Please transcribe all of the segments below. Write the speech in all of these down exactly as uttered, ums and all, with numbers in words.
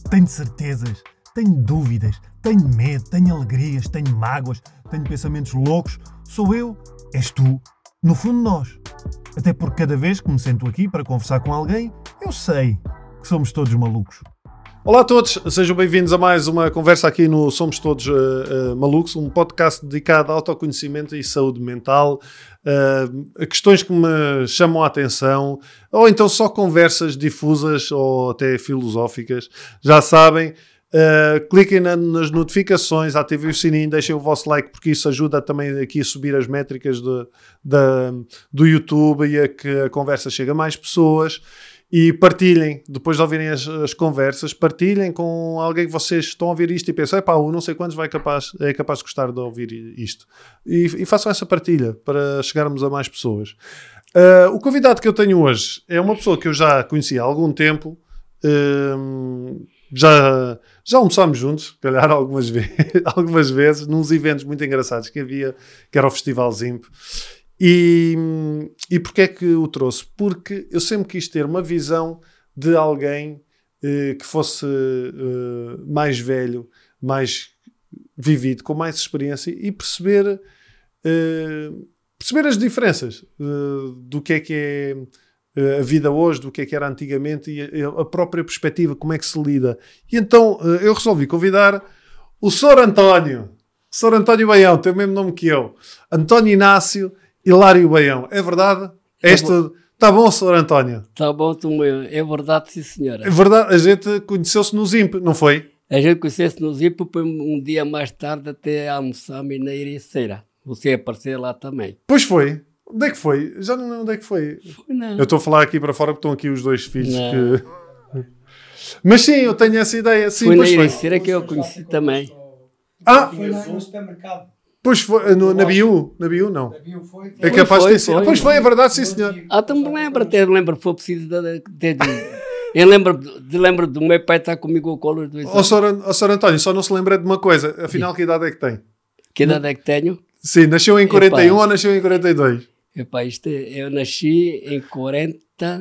Tenho certezas, tenho dúvidas, tenho medo, tenho alegrias, tenho mágoas, tenho pensamentos loucos. Sou eu, és tu, no fundo nós. Até porque cada vez que me sento aqui para conversar com alguém, eu sei que somos todos malucos. Olá a todos, sejam bem-vindos a mais uma conversa aqui no Somos Todos uh, uh, Malucos, um podcast dedicado a autoconhecimento e saúde mental, uh, a questões que me chamam a atenção, ou então só conversas difusas ou até filosóficas. Já sabem, uh, cliquem na, nas notificações, ativem o sininho, deixem o vosso like, porque isso ajuda também aqui a subir as métricas de, de, do YouTube e a que a conversa chegue a mais pessoas. E partilhem, depois de ouvirem as, as conversas, partilhem com alguém que vocês estão a ouvir isto e pensam, epá, o não sei quantos vai capaz, é capaz de gostar de ouvir isto. E, e façam essa partilha para chegarmos a mais pessoas. Uh, o convidado que eu tenho hoje é uma pessoa que eu já conheci há algum tempo. Uh, já, já almoçámos juntos, calhar algumas vezes, algumas vezes, nos eventos muito engraçados que havia, que era o Festival Zimp. E, e porquê é que o trouxe? Porque eu sempre quis ter uma visão de alguém eh, que fosse eh, mais velho, mais vivido, com mais experiência e perceber, eh, perceber as diferenças eh, do que é que é eh, a vida hoje, do que é que era antigamente e a, a própria perspectiva, como é que se lida. E então eh, eu resolvi convidar o senhor António, o senhor António Baião, tem o mesmo nome que eu, António Inácio Hilário Baião, é verdade? Está tá bom, senhor António? Está bom, é verdade, sim, senhora. É verdade, a gente conheceu-se no Zimp, não foi? A gente conheceu-se no Zimp, depois um dia mais tarde até almoçámos na Ericeira. Você apareceu lá também. Pois foi. Onde é que foi? Já não lembro onde é que foi. Foi não. Eu estou a falar aqui para fora porque estão aqui os dois filhos não. que... Mas sim, eu tenho essa ideia. Sim, foi pois na Ericeira que eu conheci também. Ah! Foi lá no supermercado. Pois foi, no, na Biu, na Biu não. Na Biu foi. É capaz foi, de ter sido. foi. Pois foi, é verdade, sim senhor. Ah, então me lembro, até me lembro que foi preciso de, de, de, eu lembro, de, lembro do meu pai estar comigo ao colo os dois anos. Ó senhor, ó senhor António, só não se lembra de uma coisa, afinal que idade é que tem? Que idade é que tenho? Sim, nasceu em quarenta e um Epá. Ou nasceu em quarenta e dois? Epá, isto é, eu nasci em quarenta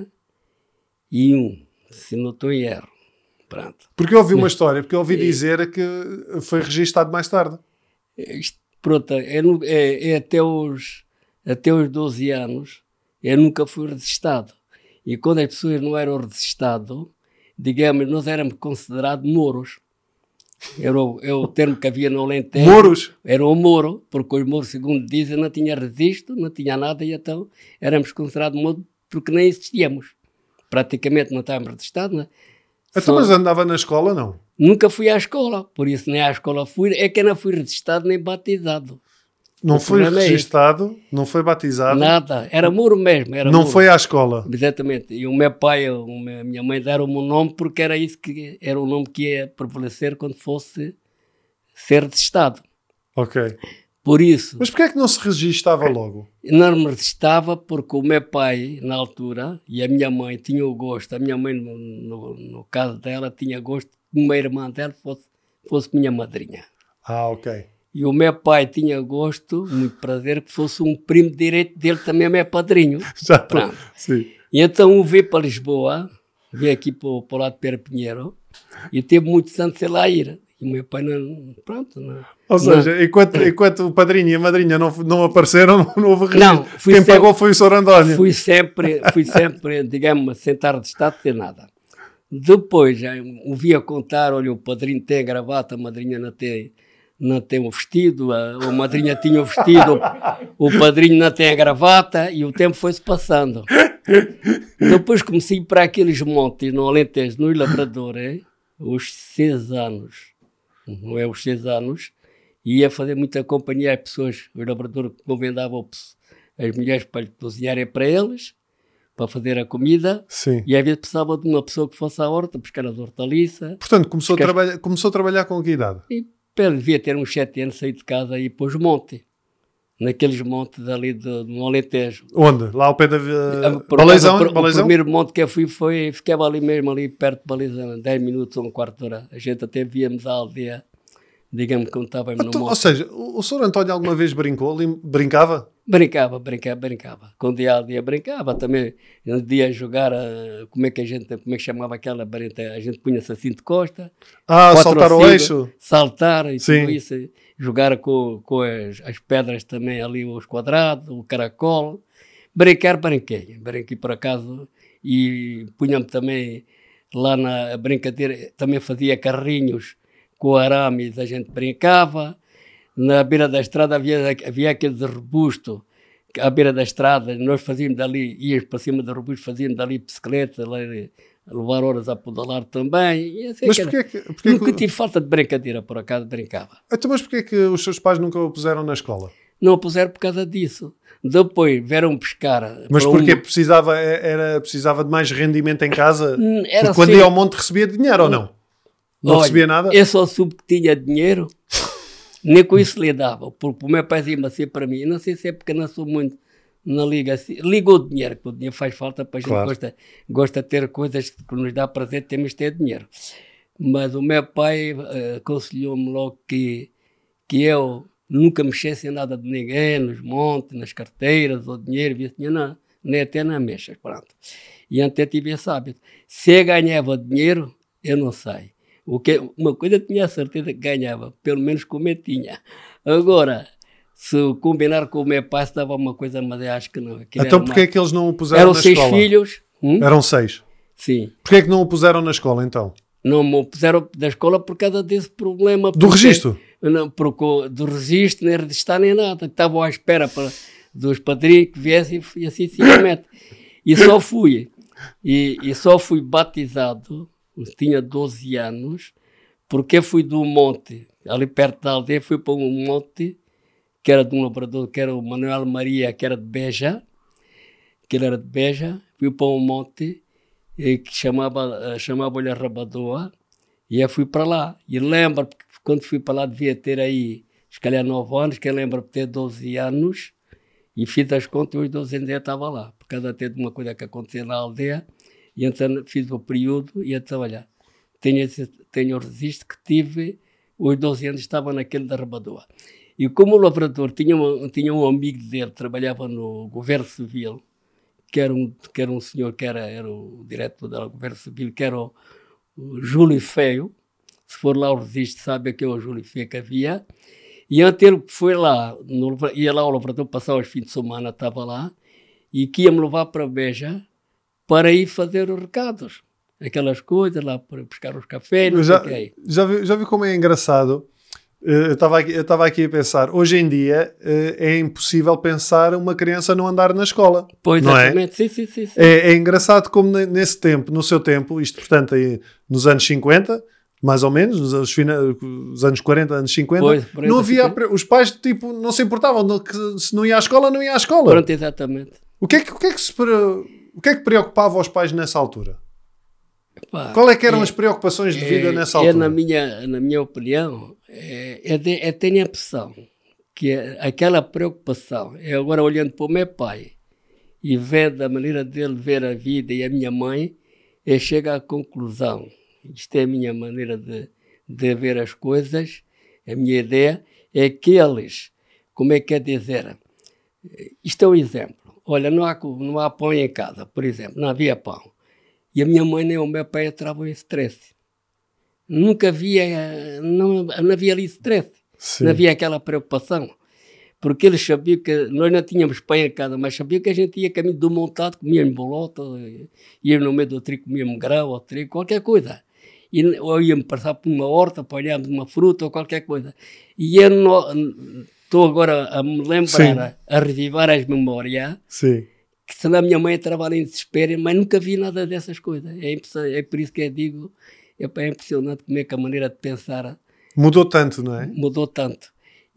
e um, se não estou em erro. Pronto. Porque eu ouvi uma história, porque eu ouvi dizer que foi registado mais tarde. Isto, pronto, é, é, é até, os, até os doze anos eu nunca fui registado. E quando as pessoas não eram registadas, digamos, nós éramos considerados mouros. Era o, era o termo que havia no Alentejo. Mouros? Era o mouro, porque os mouros, segundo dizem, não tinha registro, não tinha nada, e então éramos considerados mouros porque nem existíamos. Praticamente não estávamos registados, né? Então, mas andava na escola, não? Nunca fui à escola, por isso nem à escola fui. É que eu não fui registrado nem batizado. Não foi registado, não foi batizado? Nada, era muro mesmo. Era não muro. Foi à escola? Exatamente. E o meu pai, a minha mãe deram-me um nome porque era isso que era o nome que ia prevalecer quando fosse ser registado. Ok. Por isso... Mas porquê é que não se registava logo? Não me registava porque o meu pai, na altura, e a minha mãe tinham o gosto, a minha mãe, no, no, no caso dela, tinha gosto que uma irmã dela fosse, fosse minha madrinha. Ah, ok. E o meu pai tinha gosto, muito prazer, que fosse um primo direito dele também, meu padrinho. Já tô, sim. E então eu veio para Lisboa, veio aqui para, para o lado de Pera Pinheiro, e teve muitos anos sem lá ir. E o meu pai não... Pronto, não... Ou seja, não. Enquanto, enquanto o padrinho e a madrinha não, não apareceram, não, não houve registro. Não, Quem sempre, pagou foi o senhor António. Fui sempre, fui sempre digamos, sentar de estado sem nada. Depois, já ouvia contar, olha, o padrinho tem a gravata, a madrinha não tem, não tem o vestido, a, a madrinha tinha o vestido, o, o padrinho não tem a gravata, e o tempo foi-se passando. Depois comecei para aqueles montes no Alentejo, no Labrador, é? Os seis anos, não é os seis anos, e ia fazer muita companhia às pessoas. O labrador convidava as mulheres para cozinharem para eles, para fazer a comida. Sim. E às vezes precisava de uma pessoa que fosse à horta, buscar as hortaliças. Portanto, começou, buscar... a, trabalhar, começou a trabalhar com que idade? E ele devia ter uns sete anos, sair de casa e ir para os montes. Naqueles montes ali do, do Alentejo. Onde? Lá ao pé da... Uh, por, Balizão? Por, Balizão? O primeiro monte que eu fui, foi, ficava ali mesmo, ali perto de Balizão, dez minutos ou um quarto de hora. A gente até víamos a aldeia digamos, quando estávamos no Então, ou moto. seja, o, o senhor António alguma vez brincou? ali- Brincava? Brincava, brincava, brincava. Com dia a dia brincava também. Um dia a jogar, a- como é que a gente, como é que chamava aquela barenta? A gente punha-se assim de costa. Ah, quatro saltar ou o cinco, eixo? Saltar e Sim. tudo isso. Jogar com, com as, as pedras também ali, os quadrados, o caracol. Brincar, brinquei. Brinquei por acaso e punha-me também lá na brincadeira. Também fazia carrinhos com arames, a gente brincava. Na beira da estrada havia, havia aqueles arbustos, à beira da estrada, nós fazíamos dali, íamos para cima do arbusto, fazíamos dali bicicleta, lá, levar horas a pedalar também. E assim, Mas que porquê era. que... Porquê Nunca que... tive falta de brincadeira, por acaso brincava. Então, mas porquê que os seus pais nunca o puseram na escola? Não o puseram por causa disso. Depois vieram pescar. Mas para porque uma- precisava, era, precisava de mais rendimento em casa? Hum, Era Porque quando assim. ia ao monte recebia dinheiro ou não? Não Olha, recebia nada? Eu só soube que tinha dinheiro, nem com isso lhe dava. Porque o meu pai dizia-me assim para mim, não sei se é porque não sou muito na liga assim. Liga o dinheiro, porque o dinheiro faz falta para a gente. Claro. Gosta, gosta de ter coisas que nos dá prazer, temos de ter dinheiro. Mas o meu pai eh, aconselhou-me logo que, que eu nunca mexesse em nada de ninguém, nos montes, nas carteiras, ou dinheiro, via dinheiro, não, nem até na mecha, pronto. E até tive esse hábito. Se eu ganhava dinheiro, eu não sei. O que, uma coisa eu tinha a certeza que ganhava, pelo menos como eu tinha. Agora, se combinar com o meu pai, se dava uma coisa, mas eu acho que não. Aquilo Então era porquê uma- é que eles não o puseram Eram na seis escola? filhos. Hum? Eram seis. Sim. Porquê é que não o puseram na escola então? Não me puseram da escola por causa desse problema. Do porque- registro? Não, porque, do registro, nem registrar nem nada. Estavam à espera para, dos padrinhos que viessem e assim simplesmente. E só fui. E, e só fui batizado, tinha doze anos, porque fui do monte, ali perto da aldeia, fui para um monte que era de um labrador, que era o Manuel Maria, que era de Beja, que ele era de Beja, fui para um monte eh, que chamava, chamava-lhe a Rabadoa, e eu fui para lá. E lembro, porque quando fui para lá devia ter aí, se calhar nove anos, que eu lembro de ter doze anos, e fiz as contas, os doze anos eu estava lá, por causa até de uma coisa que aconteceu na aldeia, e então fiz o período, e então, olha, tenho, esse, tenho o registro que tive, os doze anos estava naquele da Rabadoa. E como o lavrador tinha um, tinha um amigo dele, trabalhava no governo civil, que era um, que era um senhor que era, era o diretor do governo civil, que era o, o Júlio Feio. Se for lá o registro, sabe que é o Júlio Feio que havia. E antes ele foi lá, no, ia lá o lavrador passar os fins de semana, estava lá, e que ia-me levar para Beja para ir fazer os recados. Aquelas coisas lá, para buscar os cafés, não Já, sei o que. já, vi, já vi como é engraçado? Eh, Eu estava aqui, eu estava aqui a pensar, hoje em dia eh, é impossível pensar uma criança não andar na escola. Pois, não é? exatamente, sim, sim, sim. sim. É, é engraçado como ne- nesse tempo, no seu tempo, isto portanto aí nos anos cinquenta, mais ou menos, nos anos, fina- os anos quarenta, anos cinquenta, Pois, quarenta, não havia, cinquenta. os pais tipo, não se importavam, não- que se não ia à escola, não ia à escola. Pronto, exatamente. O que, é que, o, que é que se, pre- o que é que preocupava os pais nessa altura? Pá, Qual é que eram é- as preocupações de vida é, nessa é, altura? na minha, na minha opinião, é, é, de, é ter a impressão que é aquela preocupação, é agora olhando para o meu pai e vendo a maneira dele ver a vida e a minha mãe, eu chego à conclusão, isto é a minha maneira de, de ver as coisas, a minha ideia, é que eles, como é que é dizer, isto é um exemplo, olha, não há, co- não há pão em casa, por exemplo, não havia pão. E a minha mãe nem o meu pai entravam em stress. Nunca havia, não, não havia ali stress. Sim. Não havia aquela preocupação. Porque eles sabiam que nós não tínhamos pão em casa, mas sabiam que a gente ia caminho do montado, comíamos bolota, íamos no meio do trigo, comíamos grão ou trigo, qualquer coisa. E, ou íamos passar por uma horta, apanhámos uma fruta ou qualquer coisa. E eu estou agora a me lembrar, Sim. a, a revivar as memórias, Sim. que se a minha mãe trabalha em desespero, mas nunca vi nada dessas coisas. É, impressa- é por isso que eu digo, é, pá, é impressionante como é que a maneira de pensar Mudou tanto, não é? mudou tanto.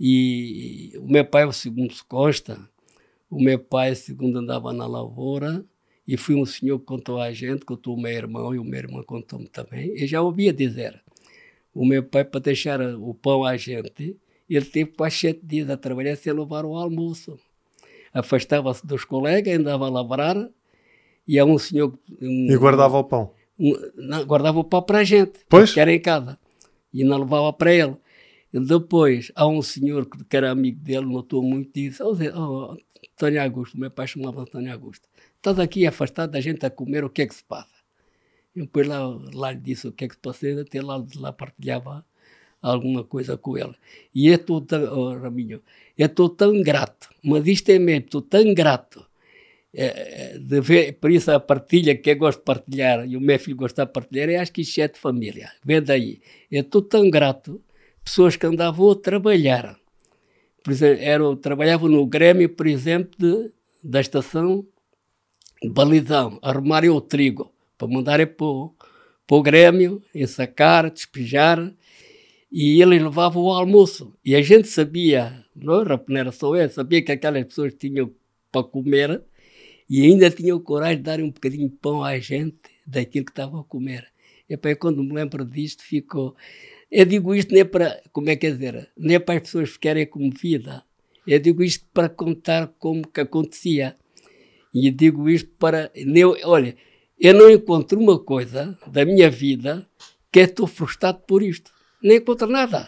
E o meu pai, segundo se consta, o meu pai, segundo andava na lavoura, e foi um senhor que contou a gente, contou o meu irmão, e o meu irmão contou-me também. Eu já ouvia dizer, o meu pai, para deixar o pão à gente, ele teve quase sete dias a trabalhar sem levar o almoço. Afastava-se dos colegas, andava a lavrar, e há um senhor... Um, E guardava o pão. um, não, guardava o pão para a gente, Pois. que era em casa, e não levava para ele. Depois, há um senhor que, que era amigo dele, notou muito e disse, oh, Zé, oh, Antônio Augusto, meu pai chamava Antônio Augusto, estás aqui afastado da gente a comer, o que é que se passa? Eu depois lá, lá lhe disse o que é que se passa, e até lá, lá partilhava alguma coisa com ele. E eu estou tão, oh, Raminho, eu estou tão grato, mas isto é mesmo, estou tão grato, é, de ver, por isso a partilha que eu gosto de partilhar, e o meu filho gosta de partilhar, eu acho que isto é de família, vê daí. Eu estou tão grato, pessoas que andavam a trabalhar, por exemplo, era, trabalhavam no Grêmio, por exemplo, de, da estação de balizão, arrumarem o trigo, para mandarem para o, para o Grêmio, ensacar, despejar, e eles levavam o almoço. E a gente sabia, não era só eu, sabia que aquelas pessoas tinham para comer e ainda tinham coragem de dar um bocadinho de pão à gente daquilo que estavam a comer. E pá, quando me lembro disto, fico... Eu digo isto nem para, como é que é dizer, nem para as pessoas ficarem comovidas. Eu digo isto para contar como que acontecia. E eu digo isto para... Eu, olha, eu não encontro uma coisa da minha vida que eu estou frustrado por isto. Nem encontro nada.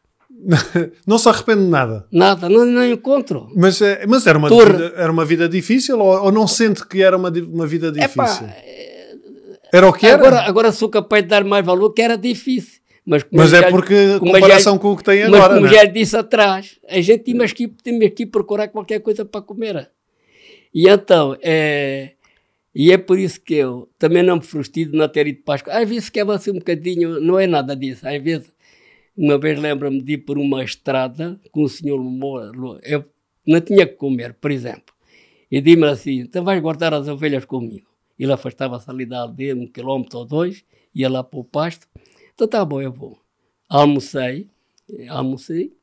Não se arrepende de nada? Nada, não, não encontro. Mas, mas era, uma vida, era uma vida difícil ou, ou não sente que era uma, uma vida difícil? Epá, era o que era? Agora, agora sou capaz de dar mais valor que era difícil. Mas, mas é já, porque a comparação já, com o que tem agora, mas como não é? já disse atrás, a gente tínhamos que, tínhamos que procurar qualquer coisa para comer. E então, é, e é por isso que eu também não me frustro de não ter ido de Páscoa. Às vezes quebra assim um bocadinho, não é nada disso. Às vezes, uma vez lembro-me de ir por uma estrada com o senhor Moura, eu não tinha que comer, por exemplo. E disse-me assim, então vais guardar as ovelhas comigo. Ele afastava-se ali da aldeia, um quilómetro ou dois, ia lá para o pasto. Então tá bom, eu vou. Almocei, almocei,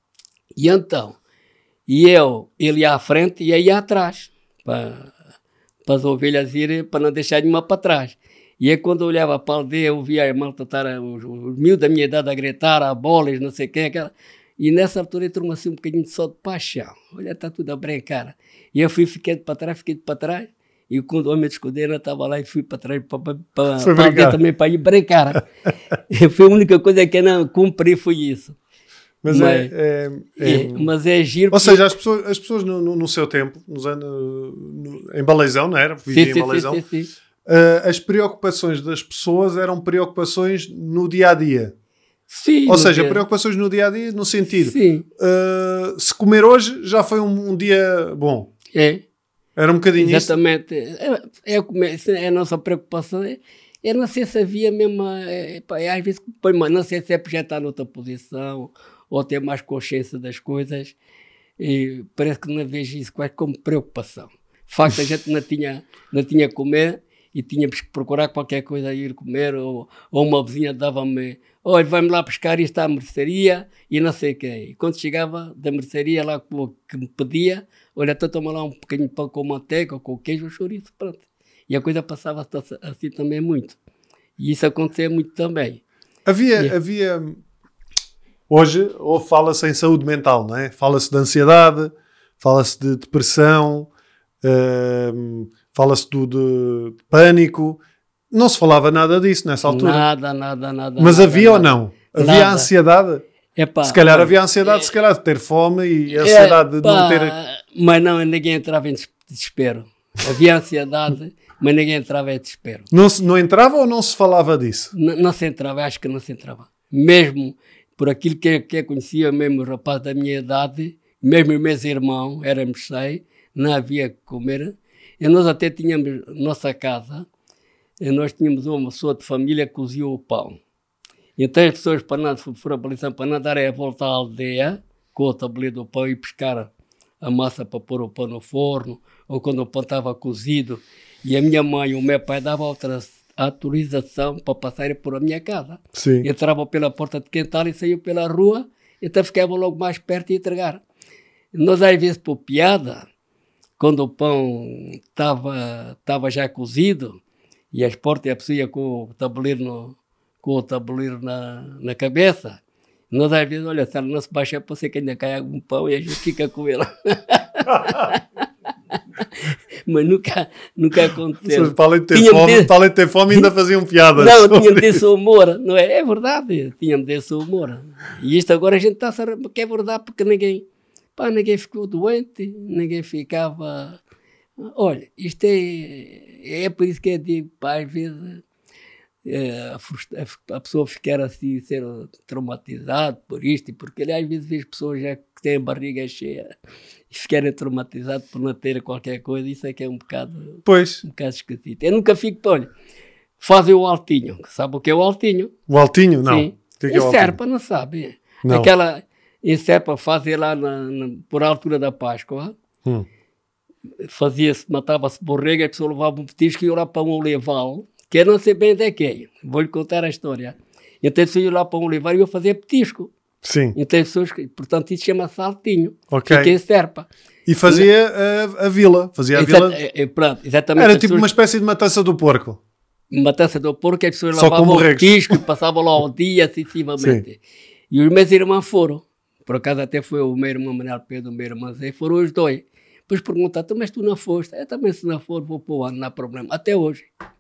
e então, e eu, ele ia à frente e eu ia atrás, para, para as ovelhas irem, para não deixar nenhuma para trás. E aí quando eu olhava para a aldeia, eu via a malta estar, os, os mil da minha idade a gritar, a bolas, não sei o que, aquela. E nessa altura entrou-me assim um bocadinho só de paixão. Olha, está tudo a brincar. E eu fui, fiquei para trás, fiquei para trás. E quando o homem de escudeira estava lá e fui para trás para, para, para, para dentro também para ir brincar. Foi a única coisa que eu não cumpri, foi isso. Mas, mas, é, é, é, mas é giro. Ou seja, as pessoas, as pessoas no, no, no seu tempo, nos anos, no, em Baleizão, não era? Vivia sim, em Baleizão. Sim, sim, sim. Uh, as preocupações das pessoas eram preocupações no dia-a-dia. Sim, Ou seja, dia. preocupações no dia-a-dia no sentido, sim. Uh, se comer hoje já foi um, um dia bom. É. Era um bocadinho Exatamente. isso. Exatamente. É, é, comer, é a nossa preocupação. É, é não sei se havia mesmo... É, é, às vezes, não sei se é projetar noutra posição ou ter mais consciência das coisas. E parece que não vejo isso quase como preocupação. De facto, a gente não tinha, não tinha comer e tínhamos que procurar qualquer coisa a ir comer, ou, ou uma vizinha dava-me, olha, vai-me lá pescar isto à mercearia e não sei o quê. E quando chegava da mercearia lá que me pedia, olha, então toma lá um bocadinho de pão com manteiga, ou com queijo ou chouriço, pronto. E a coisa passava assim também muito. E isso acontecia muito também. Havia, e, havia... Hoje, ou fala-se em saúde mental, não é? Fala-se de ansiedade, fala-se de depressão, uh, fala-se do, de, de pânico. Não se falava nada disso nessa altura. Nada, nada, nada. Mas nada, havia nada, ou não? Havia nada. ansiedade? Epá, se calhar olha, havia ansiedade, é, se calhar de ter fome e a ansiedade epá, de não ter... Mas não, ninguém entrava em desespero. Havia ansiedade, mas ninguém entrava em desespero. Não, se, não entrava ou não se falava disso? Não, não se entrava, acho que não se entrava. Mesmo por aquilo que, que eu conhecia, mesmo o rapaz da minha idade, mesmo os meus irmãos, éramos seis, não havia que comer. E nós até tínhamos nossa casa, e nós tínhamos uma pessoa de família que cozia o pão. Então as pessoas para não, foram para lição, para não darem a volta à aldeia, com o tabuleiro do pão e pescar a massa para pôr o pão no forno, ou quando o pão estava cozido, e a minha mãe e o meu pai davam outra autorização para passarem por a minha casa. Sim. Entravam pela porta de quintal e saíam pela rua, então ficavam logo mais perto e entregar. Nós às vezes por piada, quando o pão estava, estava já cozido, e as portas, a pessoa ia com o tabuleiro, no, com o tabuleiro na, na cabeça, nós às vezes, olha, se ela não se baixa, pode ser que ainda caia algum pão e a gente fica com ele. mas nunca, nunca aconteceu. Para além de ter Tinha-me fome, de- para além de ter fome ainda faziam piadas. Não, sobre tinha-me isso. desse humor, não é? É verdade, tinha-me desse humor. E isto agora a gente está a saber que é verdade, porque ninguém, pá, ninguém ficou doente, ninguém ficava... Olha, isto é, é por isso que eu digo, pá, às vezes é, a, frustra- a pessoa ficar assim, ser traumatizado por isto e porque às vezes vejo pessoas já que têm a barriga cheia e ficarem traumatizados por não ter qualquer coisa, isso é que é um bocado, Pois, um bocado esquisito. Eu nunca fico, olha, fazem o altinho, sabe o que é o altinho? o altinho, não. Sim. O que é que é o Em altinho? Serpa, não sabe? Não. Aquela em Serpa fazem lá na, na, por altura da Páscoa, Hum. fazia-se, matava-se borrega, a pessoa levava um petisco e ia lá para um olival, que eu não sei bem onde é que é. Vou-lhe contar a história. Então eu ia lá para um olival e eu fazia petisco. Sim, Então as pessoas, que- portanto isso chama-se saltinho. Ok. Fica em Serpa. e fazia a, a vila. Fazia a vila. Exata- é- é, pronto, exatamente. Era as tipo pessoas- uma espécie de matança do porco. matança do porco, as pessoas Só com lavavam o borregos. petisco e passavam lá o dia sucessivamente. E os meus irmãos foram. Por acaso até foi o meu irmão Manuel Pedro, o meu irmão Zé, foram os dois. Depois perguntaram, "Tu, mas tu não foste?" Eu também, se não for, vou para o ano, não há problema. Até hoje.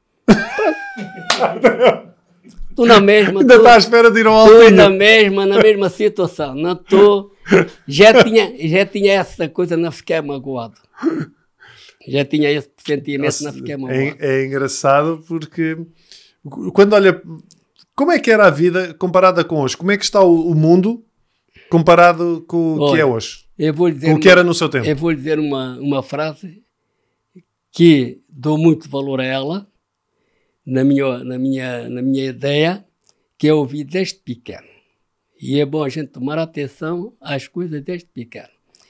Tu na mesma, Ainda tu, está à espera de ir ao tu na altinho. mesma, na mesma situação. Não estou. Já tinha, já tinha essa coisa, não fiquei magoado. Já tinha esse sentimento, não fiquei magoado. É, é engraçado porque quando olha como é que era a vida comparada com hoje, como é que está o, o mundo comparado com o que Olha, é hoje, Eu vou dizer com o que uma- era no seu tempo. Eu vou lhe dizer uma, uma frase que dou muito valor a ela, na minha, na minha, na minha ideia, que eu ouvi desde pequeno. E é bom a gente tomar atenção às coisas desde pequeno.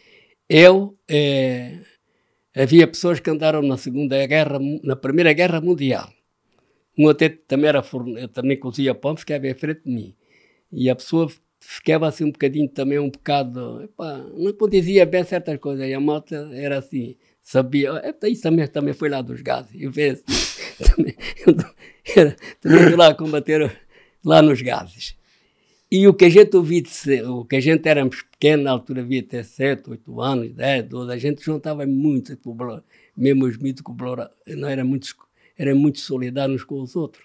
Eu, eh, havia pessoas que andaram na Segunda Guerra, Mu- na Primeira Guerra Mundial. Um até também era forne- eu também cozia pão, ficava em frente de mim. E a pessoa ficava assim um bocadinho também, um bocado, epá, não condizia bem certas coisas. E a malta era assim, sabia, "Epá, isso também, também foi lá dos gases." E vê também, era, também fui lá combater lá nos gases. E o que a gente ouvia, de ser, o que a gente éramos pequenos, na altura havia até sete, oito anos, dez, doze, a gente juntava muito, com o blo- mesmo os mitos com o blora, não era muito, era muito solidários uns com os outros.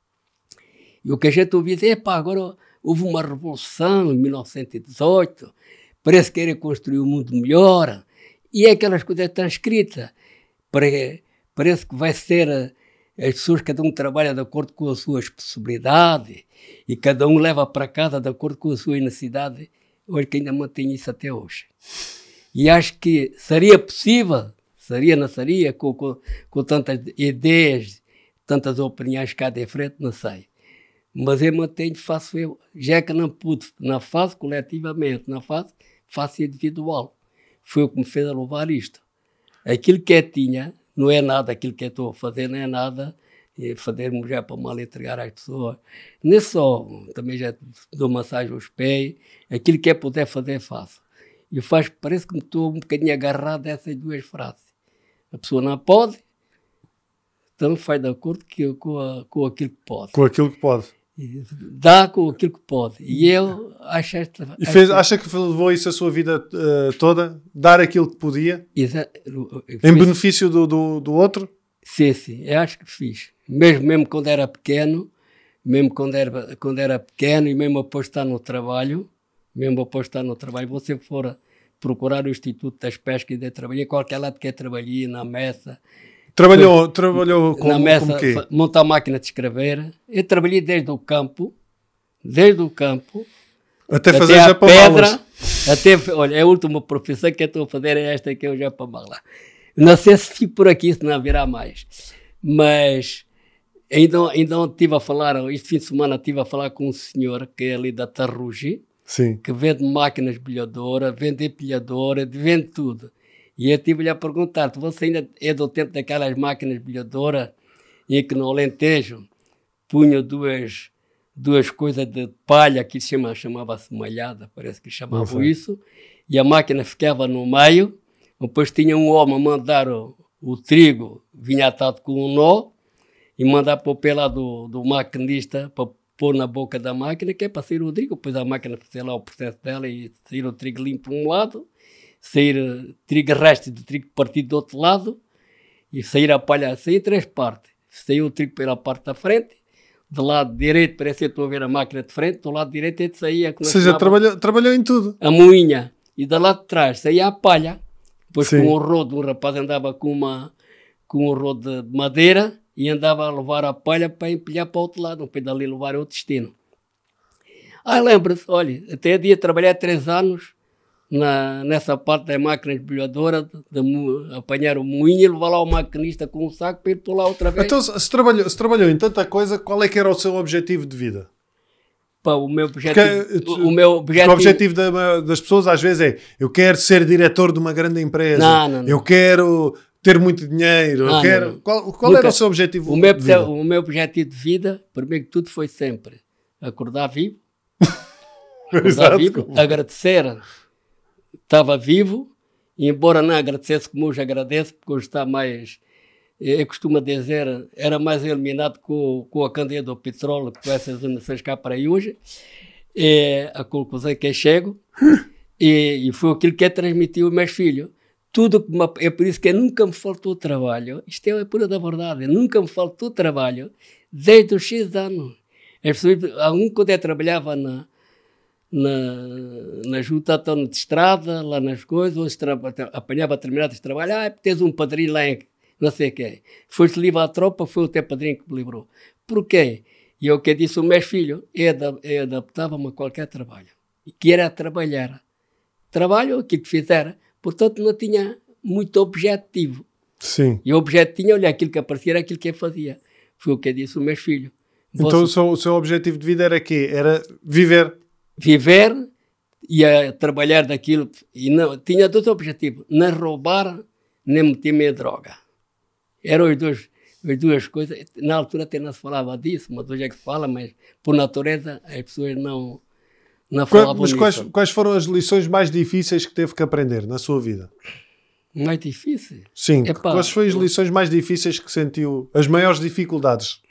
E o que a gente ouvia dizer, epá, agora houve uma revolução em mil novecentos e dezoito, parece que querem construir um mundo melhor, e é aquelas coisas estão escritas. Pare- Parece que vai ser, eh, as pessoas, cada um trabalha de acordo com as suas possibilidades, e cada um leva para casa de acordo com a sua necessidade. Olha que ainda mantém isso até hoje. E acho que seria possível, seria, não seria, com, com, com tantas ideias, tantas opiniões cá de frente, não sei. Mas eu mantenho, faço eu. Já que não pude, não faço coletivamente, não faço, faço individual. Foi o que me fez a louvar isto. Aquilo que eu tinha, não é nada, aquilo que eu estou a fazer não é nada, e fazer-me já para mal entregar às pessoas. Nem só, também já dou massagem aos pés, aquilo que eu puder fazer, faço. E faz, parece que me estou um bocadinho agarrado a essas duas frases. A pessoa não pode, então faz de acordo que, com, a, com aquilo que pode. Com aquilo que pode. E dá com aquilo que pode. E eu acho esta... E fez, esta- acha que levou isso a sua vida eh, toda? Dar aquilo que podia? exa- Em fiz- benefício do, do, do outro? Sim, sim, eu acho que fiz. Mesmo, mesmo quando era pequeno, mesmo quando era, quando era pequeno e mesmo após estar no trabalho, mesmo após estar no trabalho, você for procurar o Instituto das Pescas e trabalhei em qualquer lado que eu trabalhei, na messa, Trabalhou, trabalhou com, na messa, como quê? fa- montar máquina de escrever. Eu trabalhei desde o campo, desde o campo, Até fazer até a japamalas. pedra, até, olha, a última profissão que eu estou a fazer é esta que é o japamala. Não sei se fico por aqui, se não haverá mais. Mas ainda, ainda ontem estive a falar, este fim de semana estive a falar com um senhor que é ali da Tarrugi, Sim. que vende máquinas bilhadoras, vende empilhadoras, vende tudo. E eu estive-lhe a perguntar, você ainda é do tempo daquelas máquinas bilhadoras em que no Alentejo punha duas, duas coisas de palha, que chama, chamava-se malhada, parece que chamavam isso, e a máquina ficava no meio, depois tinha um homem a mandar o, o trigo, vinha atado com um nó, e mandar para o pé lá do, do maquinista, para pôr na boca da máquina, que é para sair o trigo, depois a máquina fazer lá o processo dela e sair o trigo limpo de um lado, sair uh, trigo resto de trigo partido do outro lado, e sair a palha, sair três partes. Saiu o trigo pela parte da frente, do lado direito, parece que estou a ver a máquina de frente, do lado direito é que saía... Ou seja, trabalhou, trabalhou em tudo. A moinha. E do lado de trás saía a palha. Depois Sim. com o rodo, um rapaz andava com, uma, com um rodo de madeira e andava a levar a palha para empilhar para o outro lado, para dali levar ao destino. Ah, lembra-se, olha, até dia trabalhei três anos na, nessa parte da máquina esbolhadora, de, de apanhar o moinho e levar lá o maquinista com um saco para ir por lá outra vez. Então, se trabalhou, se trabalhou em tanta coisa, qual é que era o seu objetivo de vida? Pá, o meu objetivo... Porque, o, o meu objetivo, o objetivo da, das pessoas às vezes é, eu quero ser diretor de uma grande empresa, não, não, não. eu quero ter muito dinheiro, não, eu quero... Não, não. Qual, qual Nunca, era o seu objetivo o meu, de vida? O meu objetivo de vida, primeiro que tudo, foi sempre acordar vivo, Exato. vivo, agradecer, estava vivo, e embora não agradecesse como hoje agradeço, porque hoje está mais, eu costumo dizer, era mais eliminado com, com a candeia do petróleo, com essas emissões cá para aí hoje, é a conclusão que eu chego, e, e foi aquilo que eu transmiti aos meus filhos. Tudo que me, é por isso que nunca me faltou trabalho, isto é a pura da verdade, nunca me faltou trabalho, desde os seis anos. As pessoas, algum quando eu trabalhava na na, na junta de estrada, lá nas coisas, ou tra- apanhava determinados trabalhos, ah, tens um padrinho lá em não sei quem. Foi-se livrar à tropa, foi o teu padrinho que me livrou. Porquê? E eu que disse aos meus filhos, eu, eu adaptava-me a qualquer trabalho. E que era trabalhar. Trabalho, aquilo que fizer. Portanto, não tinha muito objetivo. Sim. E o objetivo tinha, olha, aquilo que aparecia era aquilo que eu fazia. Foi o que eu disse aos meus filhos. Então o seu, o seu objetivo de vida era quê? Era viver. Viver e a trabalhar daquilo. E não, tinha dois objetivos. Não roubar, nem meter-me em droga. Eram os dois, as duas coisas. Na altura até não se falava disso, mas hoje é que se fala, mas por natureza as pessoas não, não falavam Mas nisso. quais, quais foram as lições mais difíceis que teve que aprender na sua vida? Mais difícil? Sim. Epá, quais foram as lições mais difíceis que sentiu? As maiores dificuldades?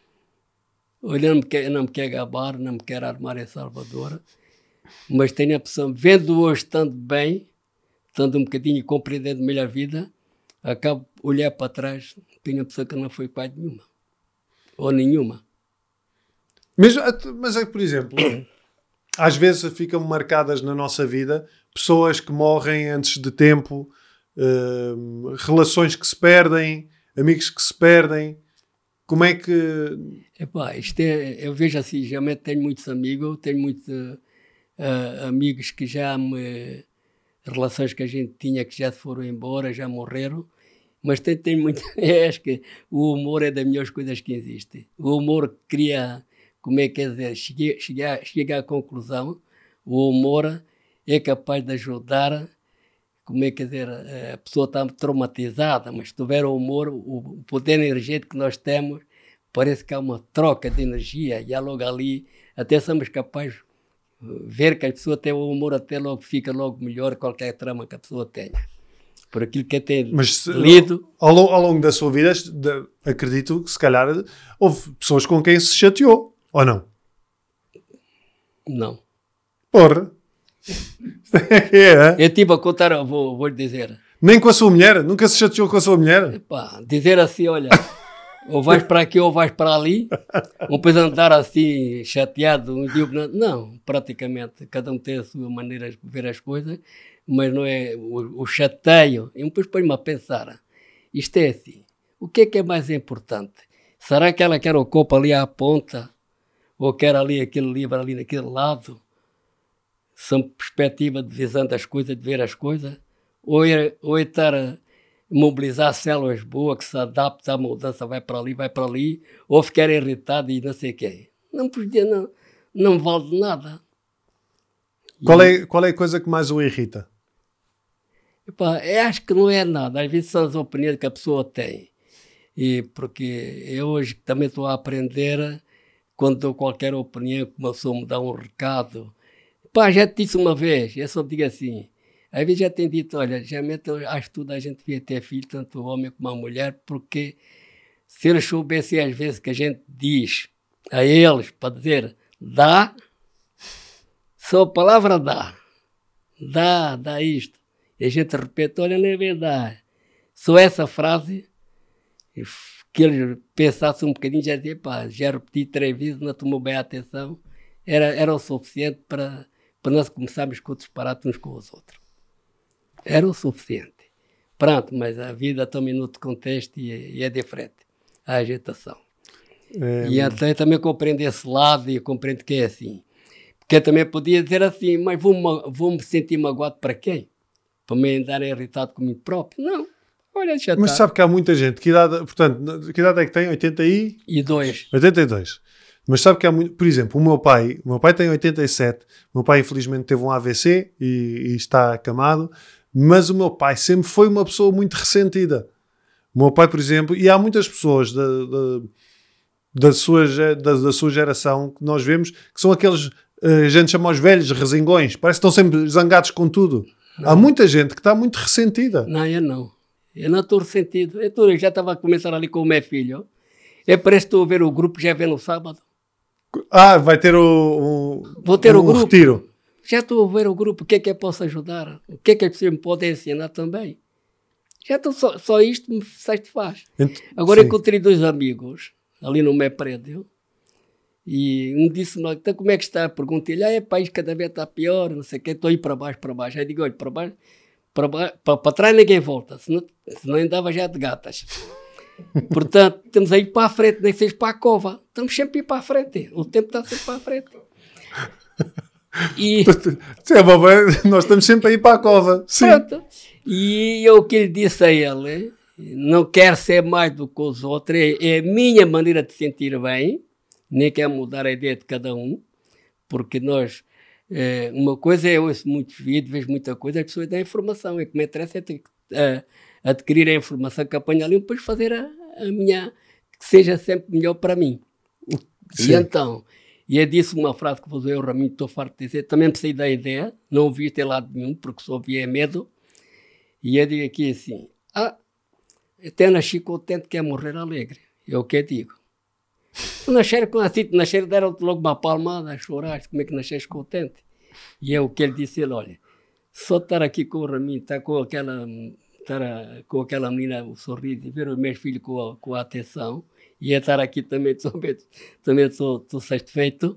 Olha, não me quero, não me quero gabar, não me quero armar em Salvador, mas tenho a opção, vendo hoje estando bem, estando um bocadinho compreendendo melhor a vida, acabo de olhar para trás, tenho a opção que não foi quase nenhuma. Ou nenhuma. Mas, mas é, por exemplo, às vezes ficam marcadas na nossa vida pessoas que morrem antes de tempo, uh, relações que se perdem, amigos que se perdem. Como é que... Epá, isto é, eu vejo assim, geralmente tenho muitos amigos, tenho muitos uh, uh, amigos que já me... relações que a gente tinha que já se foram embora, já morreram, mas tem, tem muito... acho que o humor é das melhores coisas que existe. O humor cria... Como é que é dizer? Cheguei, cheguei, cheguei à conclusão, o humor é capaz de ajudar, como é que é dizer, a pessoa está traumatizada, mas se tiver o humor, o poder energético que nós temos, parece que há uma troca de energia, e há logo ali, até somos capazes de ver que a pessoa tem o humor, até logo fica logo melhor qualquer trama que a pessoa tenha. Por aquilo que eu tenho Mas, lido. Ao, ao longo da sua vida, de, acredito que se calhar houve pessoas com quem se chateou. Ou não? Não. Porra. é, Eu estive a contar, vou, vou lhe dizer. Nem com a sua mulher? Nunca se chateou com a sua mulher? Epá, dizer assim, olha, ou vais para aqui ou vais para ali, ou depois andar assim chateado um dia, não, praticamente, cada um tem a sua maneira de ver as coisas, mas não é o, o chateio. E depois põe-me a pensar, isto é assim, o que é que é mais importante? Será que ela quer o copo ali à ponta? Ou quer ali aquele livro ali naquele lado, sem perspectiva de visão das coisas, de ver as coisas, ou é, ou é estar a mobilizar células boas que se adaptam à mudança, vai para ali, vai para ali, ou ficar irritado e não sei o quê. Não podia, não, não vale de nada. Qual é, qual é a coisa que mais o irrita? Epá, eu acho que não é nada, às vezes são as opiniões que a pessoa tem. E porque eu hoje também estou a aprender... Quando dou qualquer opinião, que uma pessoa me dá um recado. Pá, já te disse uma vez, eu só digo assim. Às vezes já tenho dito, olha, geralmente eu acho que toda a gente devia ter filho, tanto o homem como a mulher, porque se eles soubessem às vezes que a gente diz a eles para dizer dá, só a palavra dá. Dá, dá isto. E a gente repete, olha, não é verdade. Só essa frase que eles pensassem um bocadinho, já dizia, pá, já repeti três vezes, não tomou bem a atenção, era, era o suficiente para, para nós começarmos com o disparate uns com os outros. Era o suficiente. Pronto, mas a vida também no outro contexto e, e é diferente. A agitação. É, e então eu também compreendo esse lado e eu compreendo que é assim. Porque eu também podia dizer assim, mas vou-me vou sentir magoado para quem? Para me andar irritado comigo próprio? Não. Olha, já mas tá. sabe que há muita gente, que idade, portanto, que idade é que tem? oitenta e... E dois. oitenta e dois. Mas sabe que há muito, por exemplo, o meu pai, o meu pai tem oitenta e sete, o meu pai infelizmente teve um A V C e, e está acamado, mas o meu pai sempre foi uma pessoa muito ressentida. O meu pai, por exemplo, e há muitas pessoas da, da, da, sua, da, da sua geração que nós vemos que são aqueles, a gente chama os velhos resingões, parece que estão sempre zangados com tudo. Não. Há muita gente que está muito ressentida. Não, eu não. Eu não estou ressentido. Eu, tô, eu já estava a começar ali com o meu filho. Eu parece que estou a ver o grupo, já vê no sábado. Ah, vai ter o, o Vou ter um o grupo. retiro. Já estou a ver o grupo, o que é que eu posso ajudar? O que é que as pessoas me podem ensinar também? Já estou só, só isto me satisfaz. Ent- Agora sim. Encontrei dois amigos ali no meu prédio e um disse-me, então como é que está? Perguntei-lhe, ah, é país cada vez está pior, não sei o quê, estou a ir para baixo, para baixo. Aí digo, olha, para baixo, para, baixo, para, para trás ninguém volta, senão, senão andava já de gatas. Portanto, estamos a ir para a frente, nem que seja para a cova. Estamos sempre a ir para a frente. O tempo está sempre para a frente. E... Sim, nós estamos sempre a ir para a cova. Sim. Pronto. E eu que lhe disse a ele, não quero ser mais do que os outros, é, é a minha maneira de sentir bem, nem quero mudar a ideia de cada um, porque nós, é, uma coisa é eu ouço muitos vídeos, vejo muita coisa, as pessoas dão informação, e o que me interessa é ter, é, adquirir a informação que apanho ali, depois fazer a, a minha, que seja sempre melhor para mim. Sim. E então, e eu disse uma frase que vou dizer, eu realmente estou farto de dizer, também precisei da ideia, não ouvi ter lado nenhum, porque só ouvia medo, e eu digo aqui assim, ah, até nasci contente que é morrer alegre, é o que eu digo. Nascer, quando assim nascer, deram-te logo uma palmada, choraste, como é que nasces contente? E é o que ele disse, ele, olha, só estar aqui com o Raminho, estar com aquela... estar a, com aquela menina, o sorriso, e ver os meus filhos com a, com a atenção, e estar aqui também, também, também sou, sou satisfeito.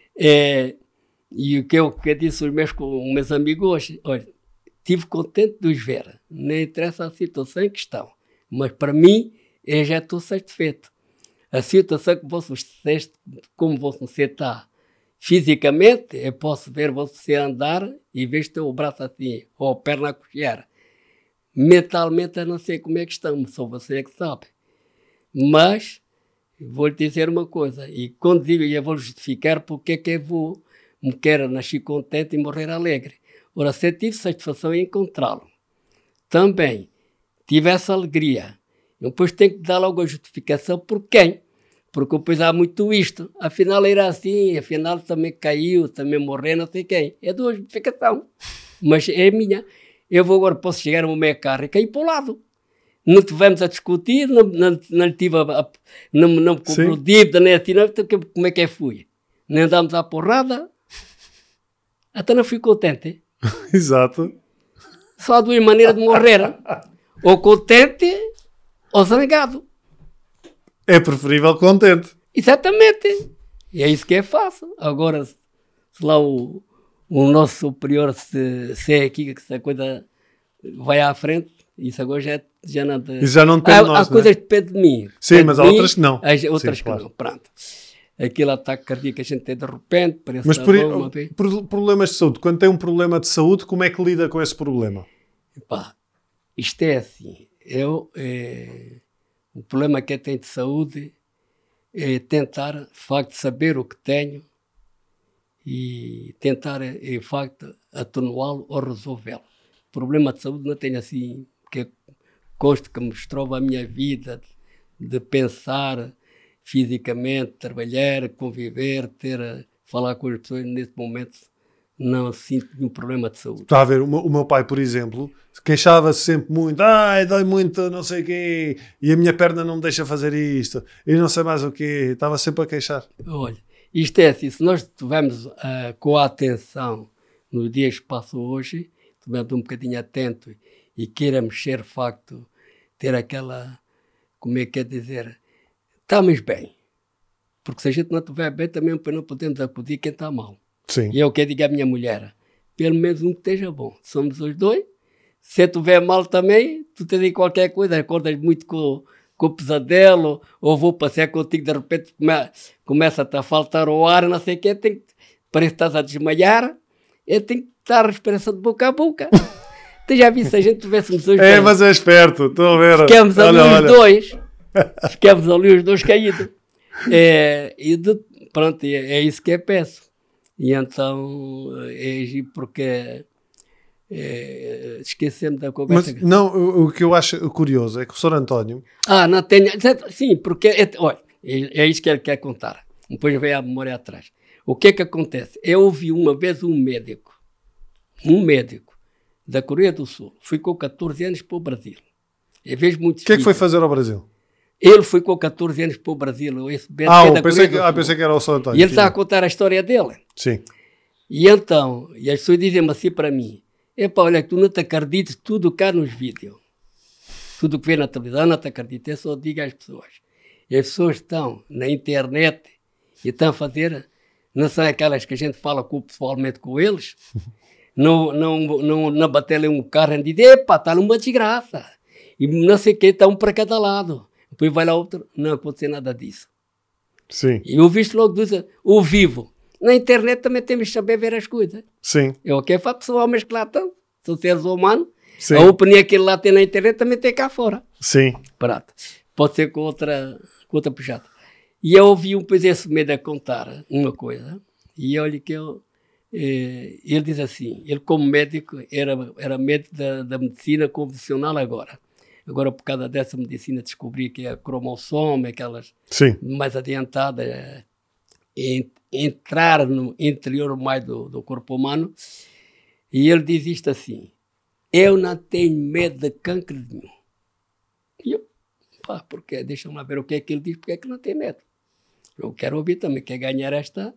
É, e o que eu, que eu disse aos meus, os meus amigos hoje, olha, estive contente de os ver, nem interessa a situação em que estão, mas para mim, eu já estou satisfeito. A situação que você, como você está fisicamente, eu posso ver você andar e ver se tem o braço assim, ou a perna a coxear. Mentalmente, eu não sei como é que estamos, só você é que sabe. Mas, vou-lhe dizer uma coisa, e quando digo, eu vou justificar porque é que eu vou, me quero nascer contente e morrer alegre. Ora, se eu tive satisfação em encontrá-lo, também tive essa alegria, eu depois tenho que dar logo a justificação por quem? Porque depois há muito isto, afinal era assim, afinal também caiu, também morreu, não sei quem. É de uma justificação, mas é minha. Eu vou agora, posso chegar no meu carro e cair para o lado. Não tivemos a discutir, não, não, não tive a, a, não, não me cobrou dívida, nem assim, não, como é que eu fui? Nem andámos à porrada, até não fui contente. Exato. Só há duas maneiras de morrer, ou contente ou zangado. É preferível contente. Exatamente. E é isso que é fácil. Agora, se lá o... o nosso superior, se, se é aqui que essa coisa vai à frente, isso agora já, já não... Isso já não depende há, de nós, há coisas que dependem de mim. Sim, depende mas há mim, outras que não. Há outras Sim, que claro. não. Pronto. Aquele ataque cardíaco que a gente tem de repente, parece mas que por, bom, por, problemas de saúde, quando tem um problema de saúde, como é que lida com esse problema? Epá, isto é assim, eu, é, o problema que eu tenho de saúde é tentar, de facto, saber o que tenho e tentar, de facto, atenuá-lo ou resolvê-lo. Problema de saúde não tenho assim, que conste que mostrou a minha vida de, de pensar fisicamente, trabalhar, conviver, ter, falar com as pessoas. Nesse momento não sinto nenhum problema de saúde. Está a ver, o meu, o meu pai, por exemplo, queixava-se sempre muito, ai, dói muito, não sei o quê, e a minha perna não me deixa fazer isto, e não sei mais o quê, estava sempre a queixar. Olha, isto é assim, se nós estivermos uh, com a atenção nos dias que passam hoje, estivermos um bocadinho atentos e queiramos ser, de facto, ter aquela, como é que é dizer, estamos bem. Porque se a gente não estiver bem, também não podemos acudir quem está mal. Sim. E eu quero dizer à minha mulher, pelo menos um que esteja bom. Somos os dois. Se eu estiver mal também, tu tens aí qualquer coisa, acordas muito com, com o pesadelo, ou vou passear contigo, de repente come, começa-te a faltar o ar, não sei o quê, tem, parece que estás a desmaiar, eu tenho que dar a respiração de boca a boca. Tu já vi se a gente tivéssemos dois É, bem. mas é esperto, estou a ver. Ficamos ali Olha, os olha. dois, ficamos ali os dois caídos. É, e de, pronto, é, é isso que eu peço. E então, é agir porque é, esquecemos da conversa. Mas não, o, o que eu acho curioso é que o senhor António... Ah, não tenho... Sim, porque... É, olha, é, é isso que ele quer contar. Depois vem a memória atrás. O que é que acontece? Eu ouvi uma vez um médico, um médico da Coreia do Sul, fui com catorze anos para o Brasil. Eu vejo muitos O que é que foi vídeos. fazer ao Brasil? Ele foi com catorze anos para o Brasil. Esse médico Ah, é eu da pensei Coreia que, do ah, Sul. pensei que era o senhor António. E ele está a contar a história dele. Sim. E então, e as pessoas dizem assim para mim, epá, olha, tu não te acredites tudo cá nos vídeos. Tudo que vê na televisão não te acredita. Eu só digo às pessoas. E as pessoas estão na internet e estão a fazer, não são aquelas que a gente fala com, pessoalmente com eles, não, não, não, não baterem um carro e dizem, epá, está numa desgraça. E não sei o que, está um para cada lado. Depois vai lá outro, não aconteceu nada disso. Sim. E eu visto logo diz, o vivo. Na internet também temos que saber ver as coisas. Sim. Eu quero falar pessoas homens que lá estão, são seres humanos. Sim. A opinião que ele lá tem na internet também tem cá fora. Sim. Pronto. Pode ser com outra, com outra puxada. E eu ouvi um pois esse medo a contar uma coisa. E olha que eu, eh, ele diz assim, ele como médico era, era médico da, da medicina convencional agora. Agora, por causa dessa medicina, descobri que é a cromossoma, aquelas Sim. mais adiantadas, é, en, entrar no interior mais do, do corpo humano. E ele diz isto assim, eu não tenho medo de cancro nenhum. E eu, pá, porque deixa-me lá ver o que é que ele diz, porque é que não tem medo. Eu quero ouvir também, quer ganhar esta,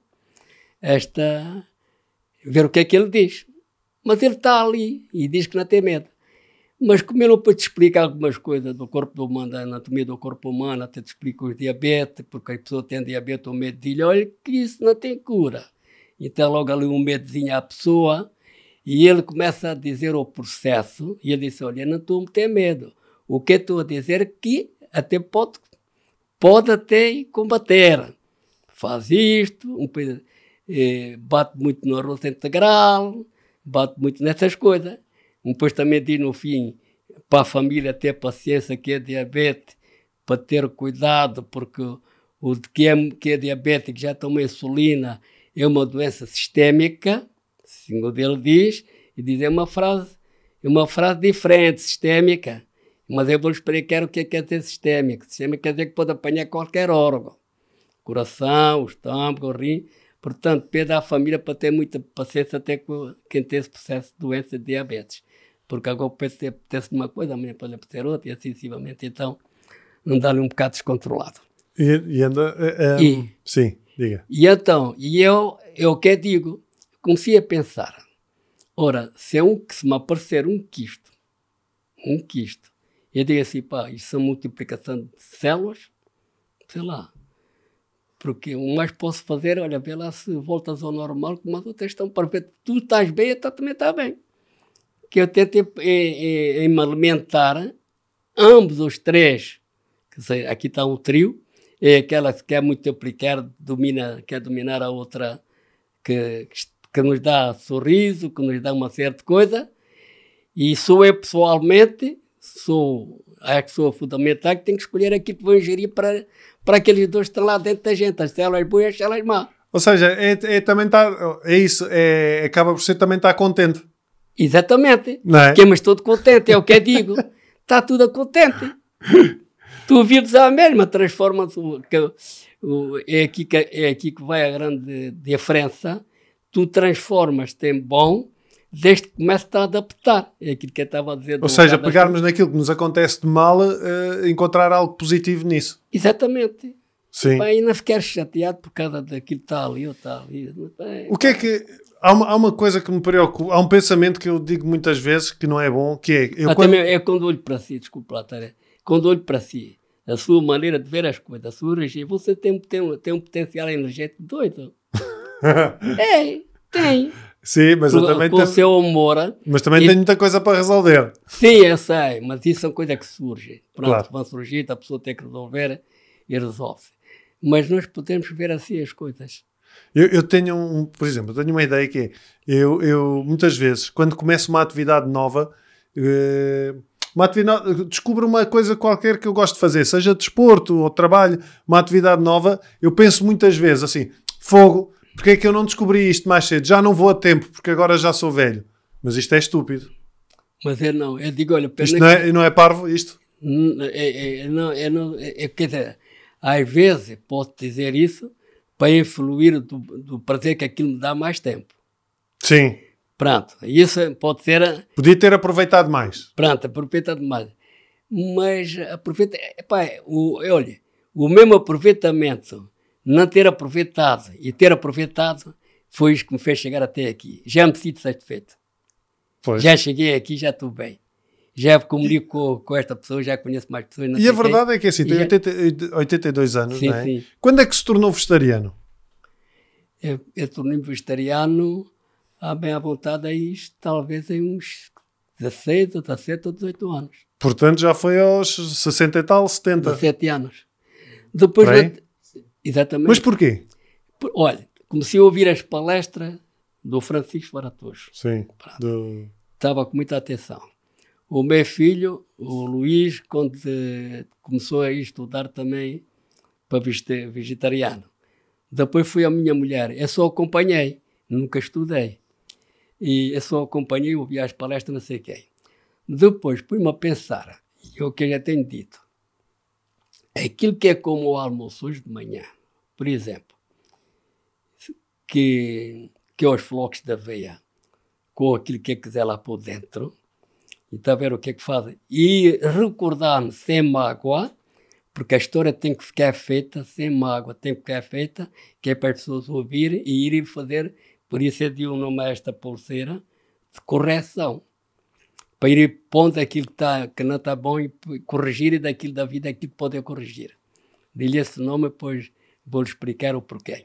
esta, ver o que é que ele diz. Mas ele está ali e diz que não tem medo. Mas como eu não te explica algumas coisas do corpo humano, da anatomia do corpo humano, até te explico os diabetes, porque a pessoa tem diabetes ou medo de olha que isso não tem cura. Então logo ali um medozinho à pessoa, e ele começa a dizer o processo, e ele disse, olha, não estou a ter medo. O que estou a dizer é que até pode, pode até combater. Faz isto, um, eh, bate muito no arroz integral, bate muito nessas coisas. Depois também diz no fim, para a família ter paciência que é diabetes, para ter cuidado, porque o que é, que é diabético já toma insulina, é uma doença sistémica, assim o dele diz, e diz é uma frase, é uma frase diferente, sistémica, mas eu vou explicar o que é que quer dizer sistémico. Sistémico quer dizer que pode apanhar qualquer órgão, coração, o estômago, o rim. Portanto, pede à família para ter muita paciência até com quem tem esse processo de doença de diabetes. Porque agora pode ter uma coisa, amanhã pode ter outra, e assim sucessivamente. Então, não dá-lhe um bocado descontrolado. E, e anda... Uh, um, E- sim, diga. E então, e eu, eu que digo, comecei a pensar, ora, se é um que se me aparecer um quisto, um quisto, eu digo assim, pá, isto são multiplicação de células, sei lá, porque o mais posso fazer, olha, vê lá se voltas ao normal, como as outras estão para ver, tu estás bem, eu também está bem. Que eu tento em, em, em me alimentar, ambos os três, que sei, aqui está um trio, é aquela que quer multiplicar, domina, quer dominar a outra, que, que nos dá sorriso, que nos dá uma certa coisa, e sou eu pessoalmente, sou a pessoa fundamental que tem que escolher aquilo que vou ingerir para, para aqueles dois que estão lá dentro da gente, as células boas e as células más. Ou seja, é, é também tá, é isso, é, acaba por ser também estar contente. Exatamente. Não é? Ficamos todos contentes, é o que eu digo. Está tudo contente. Tu vives à mesma, transforma-se. O, que- o, é, aqui que, é aqui que vai a grande diferença. Tu transformas-te em bom desde que começas a adaptar. É aquilo que eu estava a dizer. do Ou seja, lugar das pegarmos naquilo que nos acontece de mal, eh, encontrar algo positivo nisso. Exatamente. Sim. Pá, e não ficar chateado por causa daquilo que está ali ou está ali. Bem, O que é que... Há uma, há uma coisa que me preocupa, há um pensamento que eu digo muitas vezes que não é bom, que é... Eu Até quando... mesmo, é quando olho para si, desculpa lá, Tara, quando olho para si, a sua maneira de ver as coisas, a sua energia. Você tem, tem, tem um potencial energético doido. É, tem. Sim, mas eu também com tenho... o seu humor. Mas também e... tenho muita coisa para resolver. Sim, eu sei, mas isso são coisas que surgem. Pronto, Claro. vão surgir, a pessoa tem que resolver e resolve. Mas nós podemos ver assim as coisas. Eu, eu tenho, um, por exemplo, eu tenho uma ideia que é, eu, eu muitas vezes, quando começo uma atividade nova, eh, uma atividade, descubro uma coisa qualquer que eu gosto de fazer, seja desporto ou trabalho, uma atividade nova, eu penso muitas vezes assim, fogo, porque é que eu não descobri isto mais cedo? Já não vou a tempo, porque agora já sou velho. Mas isto é estúpido. Mas eu não, eu digo, olha... Isto não é, não é parvo, isto? É, é, não, é, não, é, quer dizer, às vezes posso dizer isso para influir do, do prazer que aquilo me dá mais tempo. Sim. Pronto, isso pode ser... Podia ter aproveitado mais. Pronto, aproveita demais. Mas aproveita... Epá, o, olha, o mesmo aproveitamento, não ter aproveitado e ter aproveitado, foi isso que me fez chegar até aqui. Já me sinto satisfeito. Pois. Já cheguei aqui, já estou bem. Já comunico com, com esta pessoa, já conheço mais pessoas. E a verdade quem. é que é assim, tem já... oitenta, oitenta e dois anos, sim, não é? Sim. Quando é que se tornou vegetariano? Eu, eu tornei-me vegetariano à bem à vontade aí, talvez em uns dezasseis, dezassete ou dezoito anos. Portanto, já foi aos sessenta e tal, setenta. dezassete anos. Depois... Bem? Exatamente. Mas porquê? Por, olha, comecei a ouvir as palestras do Francisco Varatojo. Sim. Do... Estava com muita atenção. O meu filho, o Luís, quando eh, começou a estudar também para vegetariano. Depois fui a minha mulher. Eu só acompanhei, nunca estudei. E eu só acompanhei, ouvi as palestras, não sei quem. Depois pus-me a pensar, e o que eu já tenho dito, aquilo que é como o almoço hoje de manhã, por exemplo, que, que é os flocos de aveia, com aquilo que eu quiser lá por dentro, e está a ver o que é que fazem. E recordar-me sem mágoa, porque a história tem que ficar feita sem mágoa, tem que ficar feita, que é para as pessoas ouvirem e irem fazer, por isso eu digo o nome a esta pulseira, de correção. Para irem pondo aquilo que, tá, que não está bom e corrigirem daquilo da vida, aquilo que podem corrigir. Dê-lhe esse nome, depois vou-lhe explicar o porquê.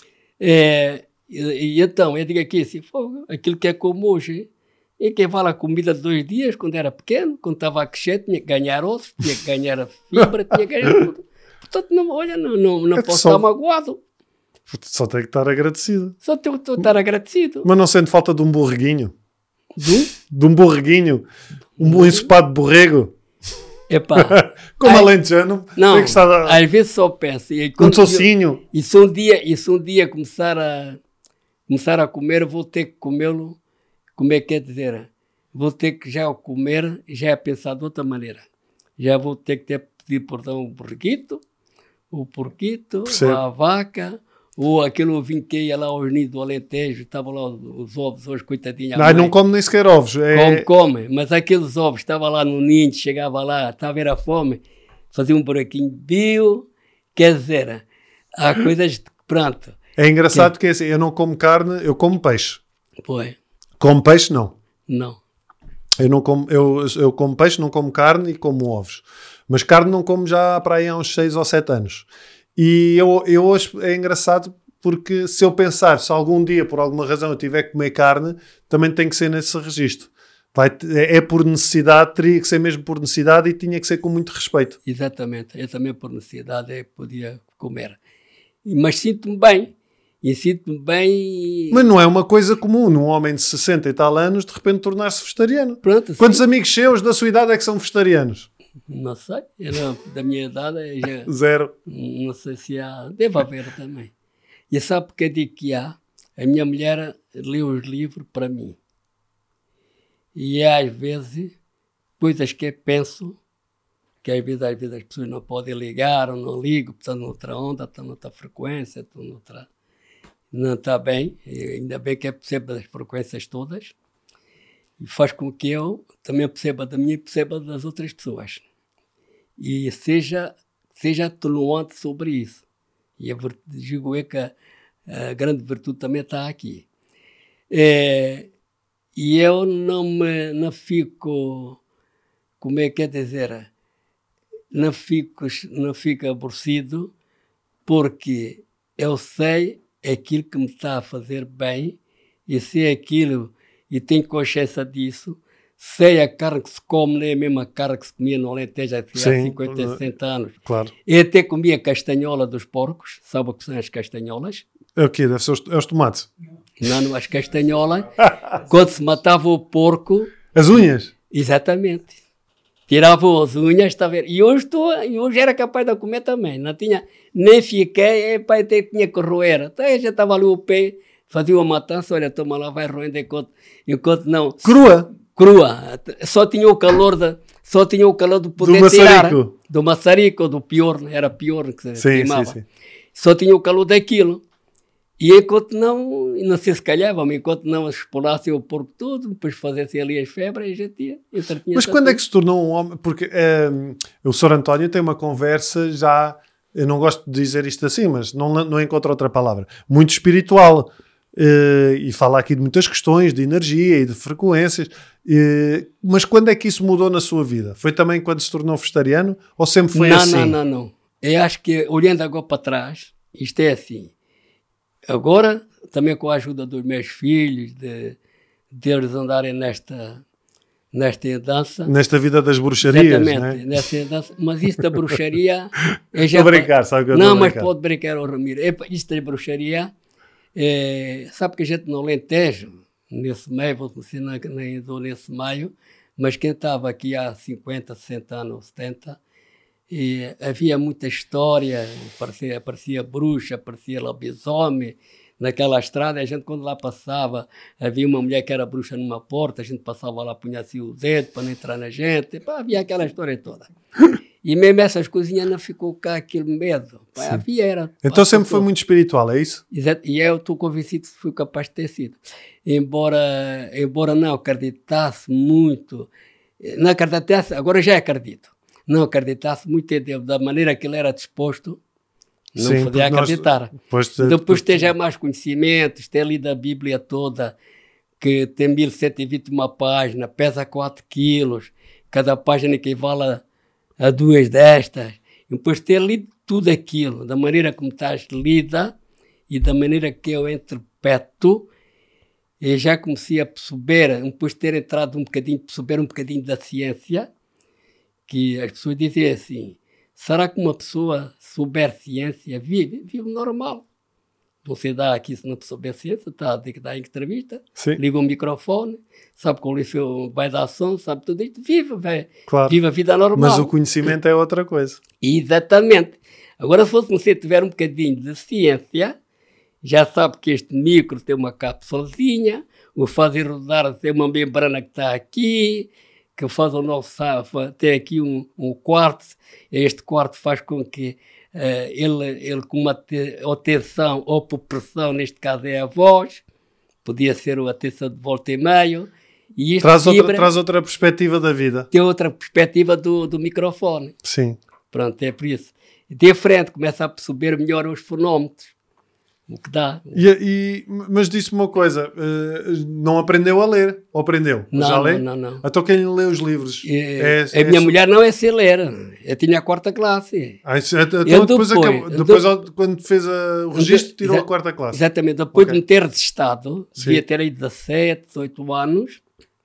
É, e, e então, eu digo aqui assim, aquilo que é como hoje, e quem vale a comida de dois dias, quando era pequeno, quando estava a crescer, tinha que ganhar ossos, tinha que ganhar a fibra, tinha que ganhar tudo. Portanto, não, olha, não, não, não posso só, estar magoado. Só tem que estar agradecido. Só tenho que estar agradecido. Mas não sente falta de um borreguinho? De, de um borreguinho? Um bom ensopado de borrego? Epá. Como Ai, alentejano? Não, tem que estar a... às vezes só penso. E um tocinho? E se um dia, e se um dia começar, a, começar a comer, vou ter que comê-lo. Como é que quer dizer? Vou ter que já o comer, já pensar de outra maneira. Já vou ter que ter pedir perdão o borreguito, o porquito, Percebe? a vaca, ou aquele ovinho que ia lá aos ninhos do Alentejo, estavam lá os, os ovos, hoje, coitadinha. Não, não come nem sequer ovos. É... Come, come, mas aqueles ovos, estava lá no ninho, chegava lá, estava a ver a fome, fazia um buraquinho bio, quer dizer, há coisas, pronto. É engraçado que, que é assim, eu não como carne, eu como peixe. Foi. Como peixe, não. Não. Eu, não como, eu, eu como peixe, não como carne e como ovos. Mas carne não como já para aí há uns seis ou sete anos. E eu, eu hoje é engraçado porque se eu pensar, se algum dia por alguma razão eu tiver que comer carne, também tem que ser nesse registro. Vai, é, é por necessidade, teria que ser mesmo por necessidade e tinha que ser com muito respeito. Exatamente. Eu também por necessidade eu podia comer. Mas sinto-me bem. E sinto-me bem... Mas não é uma coisa comum num homem de sessenta e tal anos de repente tornar-se vegetariano. Pronto, Quantos sim. amigos seus da sua idade é que são vegetarianos? Não sei. Eu não, da minha idade eu já... Zero. Não sei se há... Deve haver também. E sabe porque eu digo que há? A minha mulher lê os livros para mim. E às vezes, coisas que eu penso, que às vezes, às vezes as pessoas não podem ligar ou não ligam, estão noutra onda, estão noutra frequência, estão noutra... Não está bem, ainda bem que eu percebo as frequências todas e faz com que eu também perceba da minha e perceba das outras pessoas. E seja, seja atenuante sobre isso. E eu digo eu que a, a grande virtude também está aqui. É, e eu não me não fico, como é que é dizer, não fico, não fico aborrecido, porque eu sei aquilo que me está a fazer bem, e sei aquilo, e tenho consciência disso. Sei a carne que se come, não é a mesma carne que se comia no Alentejo há cinquenta, sessenta anos. Claro. Eu até comia castanhola dos porcos. Sabe o que são as castanholas? É o quê? Deve ser os, é os tomates. Não, não, as castanholas. Quando se matava o porco... As unhas? Exatamente. Tirava as unhas, está a ver? E hoje, estou, e hoje era capaz de comer também. Não tinha, nem fiquei, é, pai, até tinha que roer. Até já estava ali o pé, fazia uma matança, olha, toma lá, vai roendo enquanto, enquanto não... Crua? Crua, só tinha o calor de, só tinha o calor de poder do tirar maçarico. do maçarico ou do pior, era pior que se sim, queimava. Sim, sim. Só tinha o calor daquilo. E enquanto não, não se escalhava, enquanto não explorasse o porco todo, depois fazesse ali as febres, a gente ia. Mas quando tudo. É que se tornou um homem? Porque é, o senhor António tem uma conversa já, eu não gosto de dizer isto assim, mas não, não encontro outra palavra, muito espiritual. Uh, e fala aqui de muitas questões de energia e de frequências, uh, mas quando é que isso mudou na sua vida? Foi também quando se tornou vegetariano ou sempre foi não, assim? Não, não, não. Eu acho que, olhando agora para trás, isto é assim. Agora, também com a ajuda dos meus filhos, de, de eles andarem nesta, nesta dança. Nesta vida das bruxarias, exatamente, né? nesta dança. Mas isso da bruxaria... Estou a brincar, sabe que eu Não, mas brincar. Pode brincar, oh, Ramiro. É, isto da bruxaria... É, sabe que a gente no Alentejo, nesse meio, vou dizer, nem estou nesse meio, mas quem estava aqui há cinquenta, sessenta anos, setenta, e havia muita história, aparecia, aparecia bruxa, aparecia lobisomem, naquela estrada, a gente quando lá passava, havia uma mulher que era bruxa numa porta, a gente passava lá, punha assim o dedo para não entrar na gente, e, pá, havia aquela história toda. E mesmo essas coisinhas não ficou cá aquele medo. Pá, havia, era, então sempre foi muito espiritual, é isso? Exato. E eu estou convencido que fui capaz de ter sido. Embora, embora não acreditasse muito, não acreditasse, agora já acredito, não acreditasse muito em Deus, da maneira que ele era disposto, não Sim, podia acreditar. Nós, depois, depois ter já mais conhecimentos, ter lido a Bíblia toda, que tem mil cento e vinte e uma páginas, pesa quatro quilos, cada página equivale a a duas destas, e depois ter lido tudo aquilo, da maneira como estás lida e da maneira que eu interpreto, eu já comecei a perceber, depois de ter entrado um bocadinho, perceber um bocadinho da ciência, que as pessoas dizem assim, será que uma pessoa souber ciência vive? Vive normal. Você dá aqui, se não souber ciência, está a dar entrevista, Sim. liga o microfone, sabe qual é o seu vai dar som, sabe tudo isso, vive, véio. Claro. Vive a vida normal. Mas o conhecimento é outra coisa. Exatamente. Agora, se fosse você tiver um bocadinho de ciência, já sabe que este micro tem uma cápsulazinha, o fazer rodar tem uma membrana que está aqui, que faz o nosso tem aqui um, um quarto, este quarto faz com que Uh, ele, ele com uma te, ou tensão ou por pressão, neste caso é a voz, podia ser a tensão de volta e meio. E isto traz, vibra, outra, traz outra perspectiva da vida. Tem outra perspectiva do, do microfone. Sim. Pronto, é por isso. De frente, começa a perceber melhor os fonómetros. O que dá. E, e, mas disse-me uma coisa, uh, não aprendeu a ler? Ou aprendeu? Não, Já lê? não, não, não. Então quem lê os livros? É, é, a minha é mulher não é ser ler. Eu tinha a quarta classe. Ah, isso, então depois, depois, acabou, depois do, quando fez a, o registro, tirou a quarta classe. Exatamente. Depois okay. de me ter desestado, devia ter aí dezassete, dezoito anos,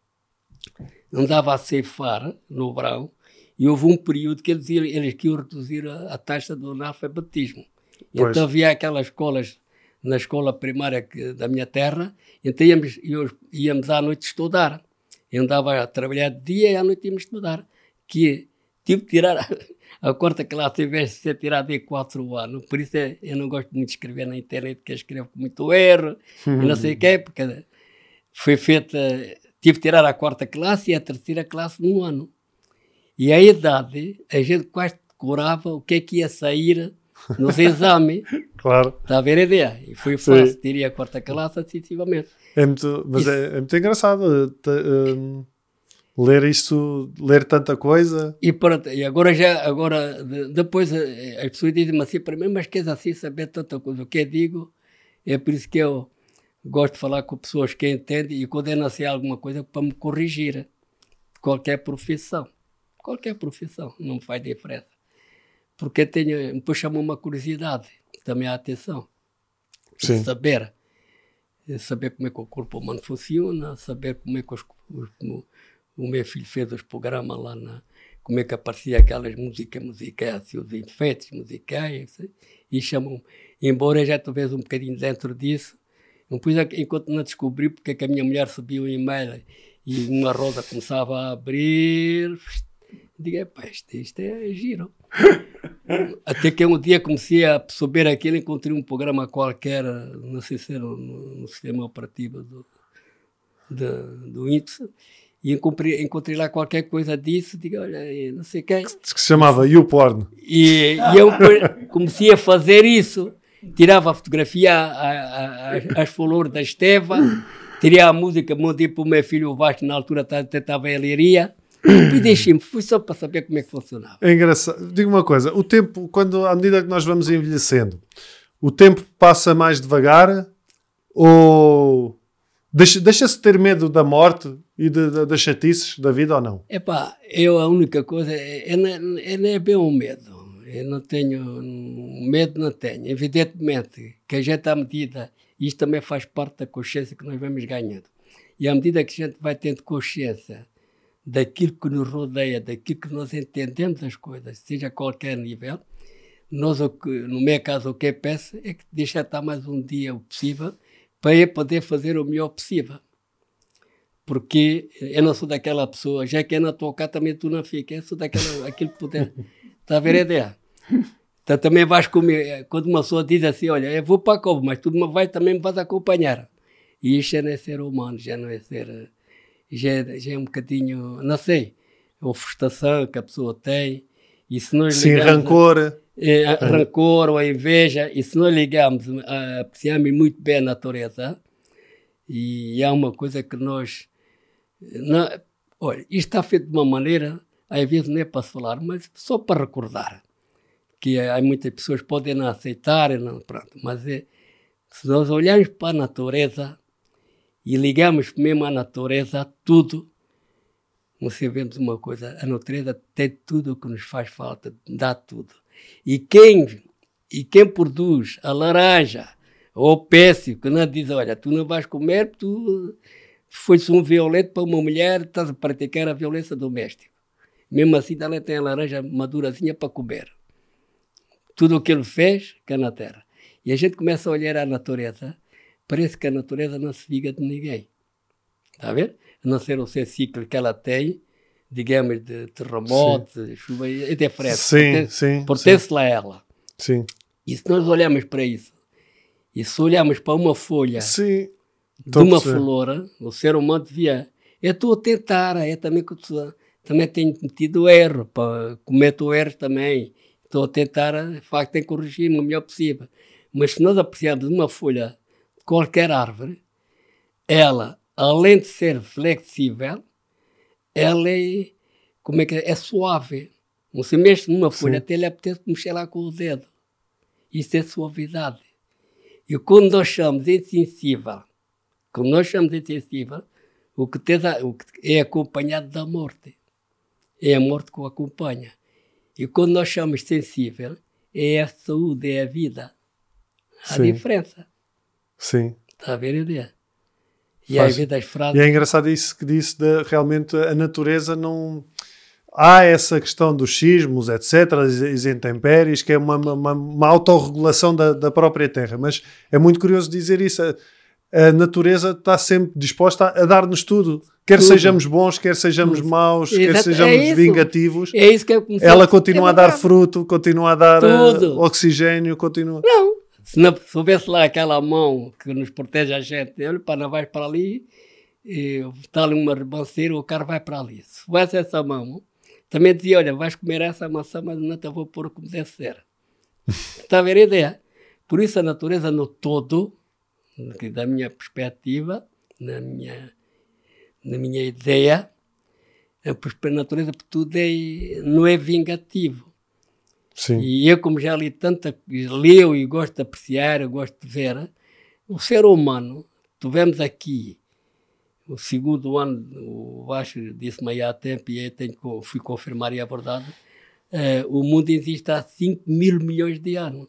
andava a ceifar no verão, e houve um período que eles, eles queriam reduzir a, a taxa do analfabetismo. Pois. Então havia aquelas escolas na escola primária que, da minha terra, então íamos, íamos à noite estudar. Eu andava a trabalhar de dia e à noite íamos estudar. Que tive de tirar a, a quarta classe em vez de ser tirado em quatro anos. Por isso é, eu não gosto muito de escrever na internet, porque eu escrevo com muito erro, uhum. e não sei o quê, porque foi feita, tive de tirar a quarta classe e a terceira classe num ano. E a idade, a gente quase decorava o que é que ia sair nos exames. Claro. Está a ver a ideia? E foi fácil, tirei a quarta classe sucessivamente. É muito, mas é, é muito engraçado te, um, ler isto, ler tanta coisa. E, pronto, e agora já, agora, de, depois as pessoas dizem-me assim para mim, mas queres assim saber tanta coisa? O que eu digo, é por isso que eu gosto de falar com pessoas que entendem e quando eu não sei alguma coisa para me corrigir. Qualquer profissão. Qualquer profissão, não me faz diferença. porque tenho, depois chamou uma curiosidade, também a atenção. Sim. Saber. Saber como é que o corpo humano funciona, saber como é que os, os, o, o meu filho fez os programas lá, na, como é que aparecia aquelas músicas musicais, os efeitos musicais, e chamam, embora eu já estivesse um bocadinho dentro disso, depois, enquanto não descobri porque é que a minha mulher subia um e-mail e uma rosa começava a abrir, digo, pá, isto, isto é giro. Até que um dia comecei a perceber aquilo, encontrei um programa qualquer, não sei se era no, no sistema operativo do, do, do índice, e encontrei, encontrei lá qualquer coisa disso, digo, olha, não sei quem. Que se chamava YouPorn. E, e eu comecei a fazer isso, tirava a fotografia às flores da Esteva, tirei a música, mandei para o meu filho, o Vasco, na altura estava em Leiria, e deixei-me, fui só para saber como é que funcionava. É engraçado. Digo uma coisa, o tempo, quando, à medida que nós vamos envelhecendo, o tempo passa mais devagar ou deixa, deixa-se ter medo da morte e de, de, das chatices da vida ou não? Epá, eu a única coisa, é, é, é, é bem um medo. Eu não tenho, medo não tenho. Evidentemente que a gente à medida, isto também faz parte da consciência que nós vamos ganhando. E à medida que a gente vai tendo consciência daquilo que nos rodeia, daquilo que nós entendemos das coisas, seja a qualquer nível, nós, no meu caso, o que eu peço é que deixe estar mais um dia o possível para eu poder fazer o melhor possível. Porque eu não sou daquela pessoa, já que eu não estou cá, também tu não fica, eu sou daquela, aquilo que puder. Está a ver a ideia? Então também vais comigo, quando uma pessoa diz assim, olha, eu vou para a Cova, mas tu vai, também me vais acompanhar. E isto já não é ser humano, já não é ser... Já é, já é um bocadinho, não sei, a frustração que a pessoa tem, e se nós Sim, ligamos, rancor. É, a, rancor ou a inveja, e se nós ligamos, a, apreciamos muito bem a natureza, e há uma coisa que nós, não, olha, isto está feito de uma maneira, às vezes não é para se falar, mas só para recordar, que há muitas pessoas que podem não aceitar, não, pronto, mas é, se nós olharmos para a natureza, e ligamos mesmo à natureza, a tudo. Você vemos uma coisa, a natureza tem tudo o que nos faz falta, dá tudo. E quem, e quem produz a laranja ou o pêssego, que não diz, olha, tu não vais comer, tu foi-se um violento para uma mulher, estás a praticar a violência doméstica. Mesmo assim, ela tem a laranja madurazinha para comer. Tudo o que ele fez, cá na terra. E a gente começa a olhar a natureza, parece que a natureza não se liga de ninguém. Está a ver? A não ser o seu ciclo que ela tem, digamos, de terremotos, de chuva, é diferente. Sim, sim. Pertence-la a ela. Sim. E se nós olharmos para isso, e se olharmos para uma folha sim. de uma flor, o ser humano devia... Eu estou a tentar, eu também, também tenho metido erro, para, cometo erros também. Estou a tentar, de facto, tenho que corrigir-me o melhor possível. Mas se nós apreciarmos uma folha qualquer árvore, ela, além de ser flexível, ela é, como é, que é? É suave. Você mexe numa folha, até lhe apetece mexer lá com o dedo. Isso é suavidade. E quando nós chamamos insensível, quando nós chamamos insensível, o que, tem, o que é acompanhado da morte. É a morte que o acompanha. E quando nós chamamos sensível, é a saúde, é a vida. Há Sim. diferença. Sim. Está a ver a ideia? E Faz. às vezes as frases... E é engraçado isso que disse, de realmente a natureza não... Há essa questão dos sismos, etcétera, as intempéries, que é uma, uma, uma autorregulação da, da própria terra. Mas é muito curioso dizer isso. A, a natureza está sempre disposta a, a dar-nos tudo. Quer tudo. Sejamos bons, quer sejamos tudo. Maus, Exato. Quer sejamos é vingativos. É isso que eu comecei Ela continua é a dar fruto, continua a dar uh, oxigênio, continua... Não. Se não se houvesse lá aquela mão que nos protege a gente, olha, para não vais para ali, está ali uma ribanceira, o carro vai para ali. Se houvesse essa mão, também dizia, olha, vais comer essa maçã, mas não te vou pôr como deve ser. Está a ver a ideia? Por isso a natureza no todo, da minha perspectiva, na minha, na minha ideia, a natureza por tudo é, não é vingativo. Sim. E eu, como já li tanta, leio e gosto de apreciar, eu gosto de ver, o ser humano, tivemos aqui o segundo ano, o Vasco disse-me aí há tempo, e eu tenho, fui confirmar, e é verdade, uh, o mundo existe há cinco mil milhões de anos.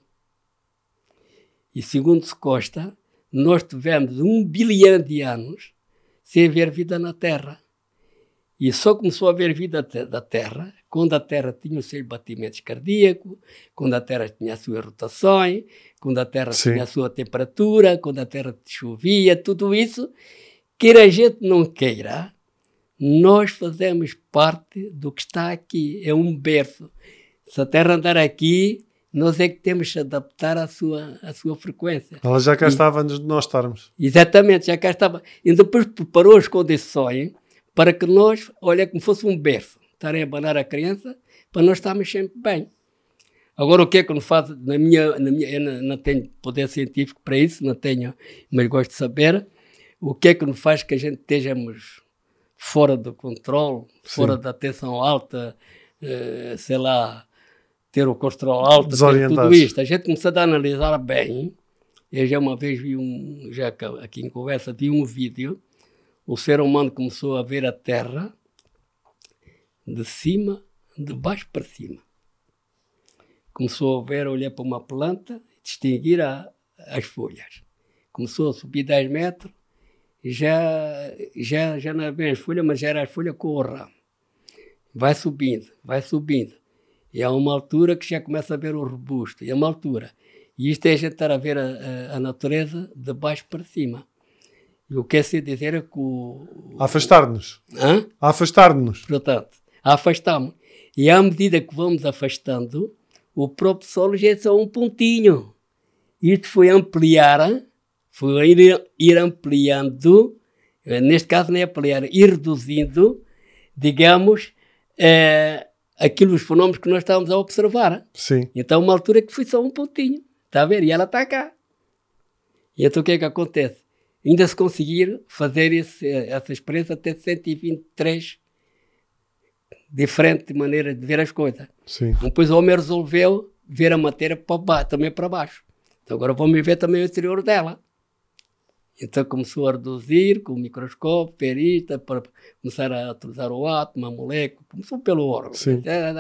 E segundo se consta, nós tivemos um bilhão de anos sem haver vida na Terra. E só começou a haver vida da Terra quando a Terra tinha os seus batimentos cardíacos, quando a Terra tinha as suas rotações, quando a Terra Sim. tinha a sua temperatura, quando a Terra chovia, tudo isso, queira a gente não queira, nós fazemos parte do que está aqui, é um berço. Se a Terra andar aqui, nós é que temos de se adaptar à sua, à sua frequência. Ela já cá e, estava antes de nós estarmos. Exatamente, já cá estava. E depois preparou as condições para que nós, olha, como fosse um berço, estarem a abanar a criança, para nós estarmos sempre bem. Agora, o que é que nos faz, na minha, na minha, eu não, não tenho poder científico para isso, não tenho, mas gosto de saber, o que é que nos faz que a gente estejamos fora do controle, fora Sim. da tensão alta, uh, sei lá, ter o colesterol alto, ter tudo isto. A gente começa a analisar bem. Eu já uma vez vi um, já aqui em conversa, vi um vídeo. O ser humano começou a ver a Terra de cima, de baixo para cima. Começou a ver, olhar para uma planta e distinguir a, as folhas. Começou a subir dez metros, já, já, já não era bem as folhas, mas já era as folhas com o ramo. Vai subindo, vai subindo. E há uma altura que já começa a ver o robusto, e há uma altura. E isto é a gente estar a ver a, a, a natureza de baixo para cima. E o que é se dizer é que o... Afastar-nos. Hã? Afastar-nos. Portanto, afastamos. E à medida que vamos afastando, o próprio Sol já é só um pontinho. Isto foi ampliar, foi ir, ir ampliando, neste caso não é ampliar, ir reduzindo, digamos, é, aquilo, os fenómenos que nós estávamos a observar. Sim. Então, uma altura que foi só um pontinho. Está a ver? E ela está cá. E então o que é que acontece? Ainda se conseguir fazer esse, essa experiência até cento e vinte e três diferentes maneiras de ver as coisas. Sim. Depois o homem resolveu ver a matéria para baixo, também para baixo. Então agora vamos ver também o interior dela. Então começou a reduzir com o microscópio, perita, para começar a utilizar o átomo, a molécula, começou pelo órgão. Sim.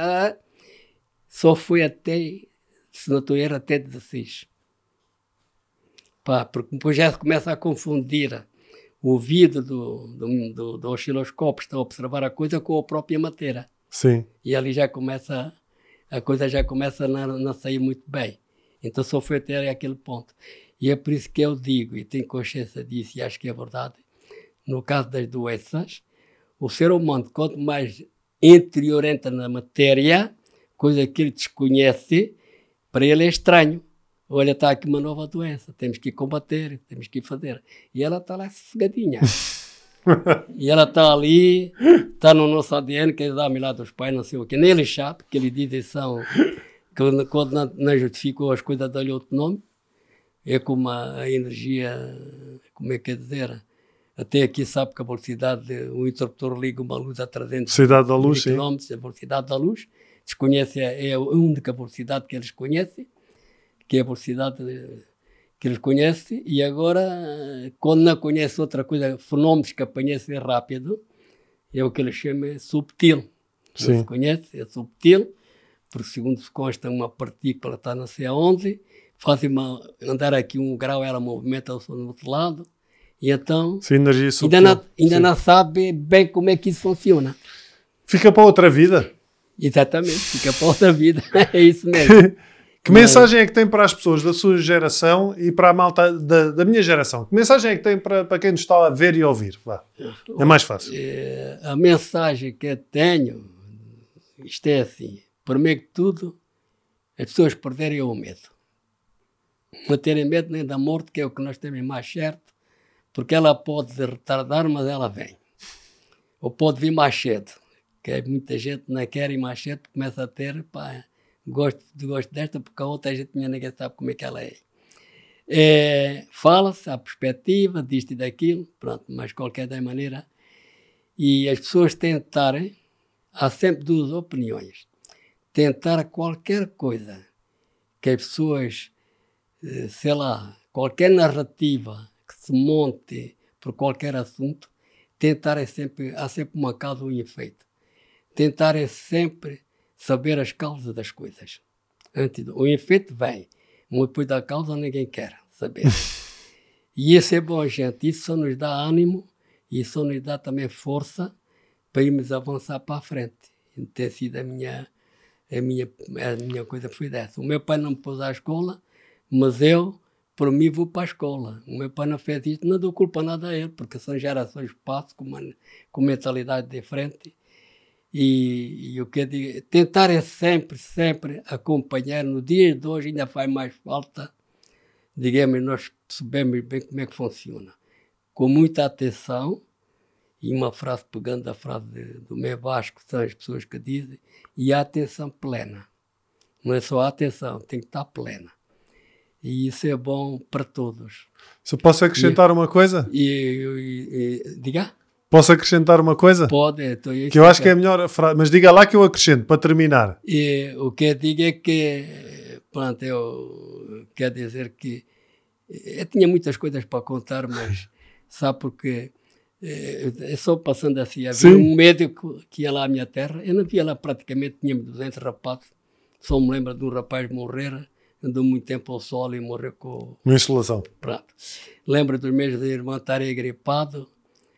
Só foi até, se não estou erro, até dezesseis. Pá, porque depois já se começa a confundir o vidro do, do, do, do osciloscópio, está a observar a coisa com a própria matéria. Sim. E ali já começa, a coisa já começa a não, não sair muito bem. Então só foi até aquele ponto. E é por isso que eu digo, e tenho consciência disso, e acho que é verdade, no caso das doenças, o ser humano, quanto mais interior entra na matéria, coisa que ele desconhece, para ele é estranho. Olha, está aqui uma nova doença, temos que combater, temos que fazer. E ela está lá sossegadinha. E ela está ali, está no nosso A D N, que eles dão lá dos pais, não sei o quê. Nem eles sabem, porque eles dizem são, que quando não, não justificam as coisas, dão-lhe outro nome. É como a, a energia, como é que é dizer? Até aqui sabe que a velocidade, o interruptor liga uma luz a trezentos quilómetros, a velocidade da luz. Desconhece, é a única velocidade que eles conhecem, que é a velocidade que eles conhecem, e agora, quando não conhece outra coisa, fenómenos que apanhecem rápido, é o que eles chamam de subtil. Sim. Não se conhece, é subtil, porque segundo se consta, uma partícula está não sei aonde, fazem uma, andar aqui um grau, ela movimenta-se no outro lado, e então Sim, energia subtil. ainda, não, ainda não sabe bem como é que isso funciona. Fica para outra vida. Exatamente, fica para outra vida, é isso mesmo. Que mensagem é que tem para as pessoas da sua geração e para a malta da, da minha geração? Que mensagem é que tem para, para quem nos está a ver e a ouvir? Vá. É mais fácil. É, a mensagem que eu tenho, isto é assim, primeiro que tudo, as pessoas perderem o medo. Não terem medo nem da morte, que é o que nós temos mais certo, porque ela pode retardar, mas ela vem. Ou pode vir mais cedo, que muita gente não quer ir mais cedo, começa a ter, pá, Gosto, gosto desta, porque a outra gente ninguém sabe como é que ela é. é Fala-se a perspectiva disto e daquilo, pronto, mas de qualquer maneira. E as pessoas tentarem, há sempre duas opiniões. Tentar qualquer coisa que as pessoas, sei lá, qualquer narrativa que se monte por qualquer assunto, tentar é sempre, há sempre uma causa ou um efeito. Tentar é sempre saber as causas das coisas. Antes do, o efeito vem, mas depois da causa ninguém quer saber. E isso é bom, gente. Isso só nos dá ânimo e só nos dá também força para irmos avançar para a frente. E ter sido a minha, a, minha, a minha coisa foi dessa. O meu pai não me pôs à escola, mas eu, por mim, vou para a escola. O meu pai não fez isto, não dou culpa nada a ele, porque são gerações que passam com, uma, com mentalidade diferente. E, e o que eu digo, tentar é sempre, sempre acompanhar. No dia de hoje ainda faz mais falta, digamos, nós sabemos bem como é que funciona. Com muita atenção, e uma frase pegando a frase de, do meu Vasco, são as pessoas que dizem, e a atenção plena. Não é só a atenção, tem que estar plena. E isso é bom para todos. Se eu posso acrescentar e, uma coisa? E, e, e, diga? Posso acrescentar uma coisa? Pode. Então, que eu acho que é a melhor frase, mas diga lá que eu acrescento, para terminar. E, o que eu digo é que, pronto, eu quero dizer que eu tinha muitas coisas para contar, mas sabe porque é só passando assim, havia Sim. um médico que ia lá à minha terra, eu não via lá praticamente, tínhamos duzentos rapazes, só me lembro de um rapaz morrer, andou muito tempo ao sol e morreu com... Uma insolação. Pronto. Lembro dos meus irmãos estarem agripados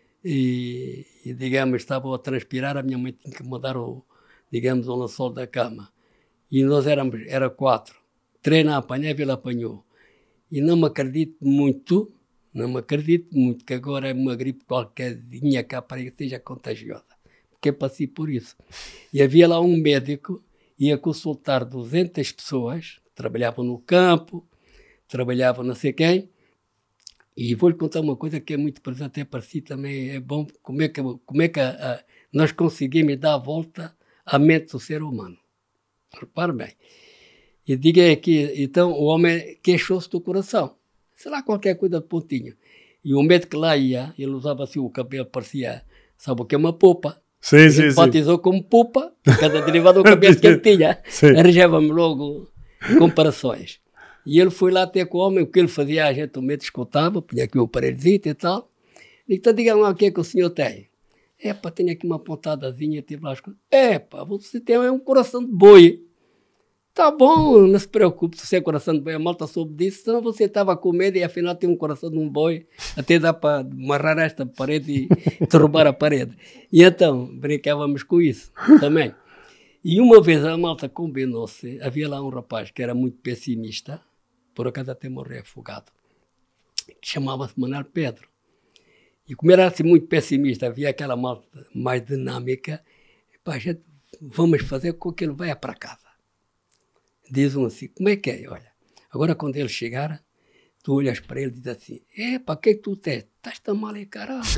e, e, digamos, estavam a transpirar, a minha mãe tinha que mudar o, digamos, o lençol da cama. E nós éramos, era quatro. Três não apanhei, ele apanhou. E não me acredito muito, não me acredito muito que agora é uma gripe qualquer cá para que seja contagiosa. Porque eu passei por isso. E havia lá um médico, ia consultar duzentas pessoas, trabalhavam no campo, trabalhavam não sei quem, e vou-lhe contar uma coisa que é muito presente, até para si também é bom, como é que, como é que a, a, nós conseguimos dar a volta à mente do ser humano. Repare bem. E diga aqui, então o homem queixou-se do coração. Sei lá, qualquer coisa de pontinho. E o médico que lá ia, ele usava assim o cabelo, parecia, sabe o que é uma popa? Sim, ele sim, batizou sim. como popa, cada derivado do cabelo que ele tinha. Arranjava-me logo comparações. E ele foi lá ter com o homem, o que ele fazia, a gente o médico escutava, punha aqui o aparelhozinho e tal. E então diga-me lá o que é que o senhor tem. É pá, tenho aqui uma pontadazinha, tive lá as coisas. É pá, você tem um coração de boi. Tá bom, não se preocupe, se você é coração de boi, a malta soube disso, senão você estava com medo e afinal tem um coração de um boi, até dá para amarrar esta parede e derrubar a parede. E então, brincávamos com isso também. E uma vez a malta combinou-se, havia lá um rapaz que era muito pessimista, por acaso até morreu afogado, que chamava-se Manuel Pedro. E como era assim muito pessimista, havia aquela malta mais dinâmica, e pá, gente, vamos fazer com que ele vá para casa. Diz um assim, como é que é? Olha, agora quando ele chegar, tu olhas para ele e diz assim, é, para que tu tens? Estás tão mal encarado.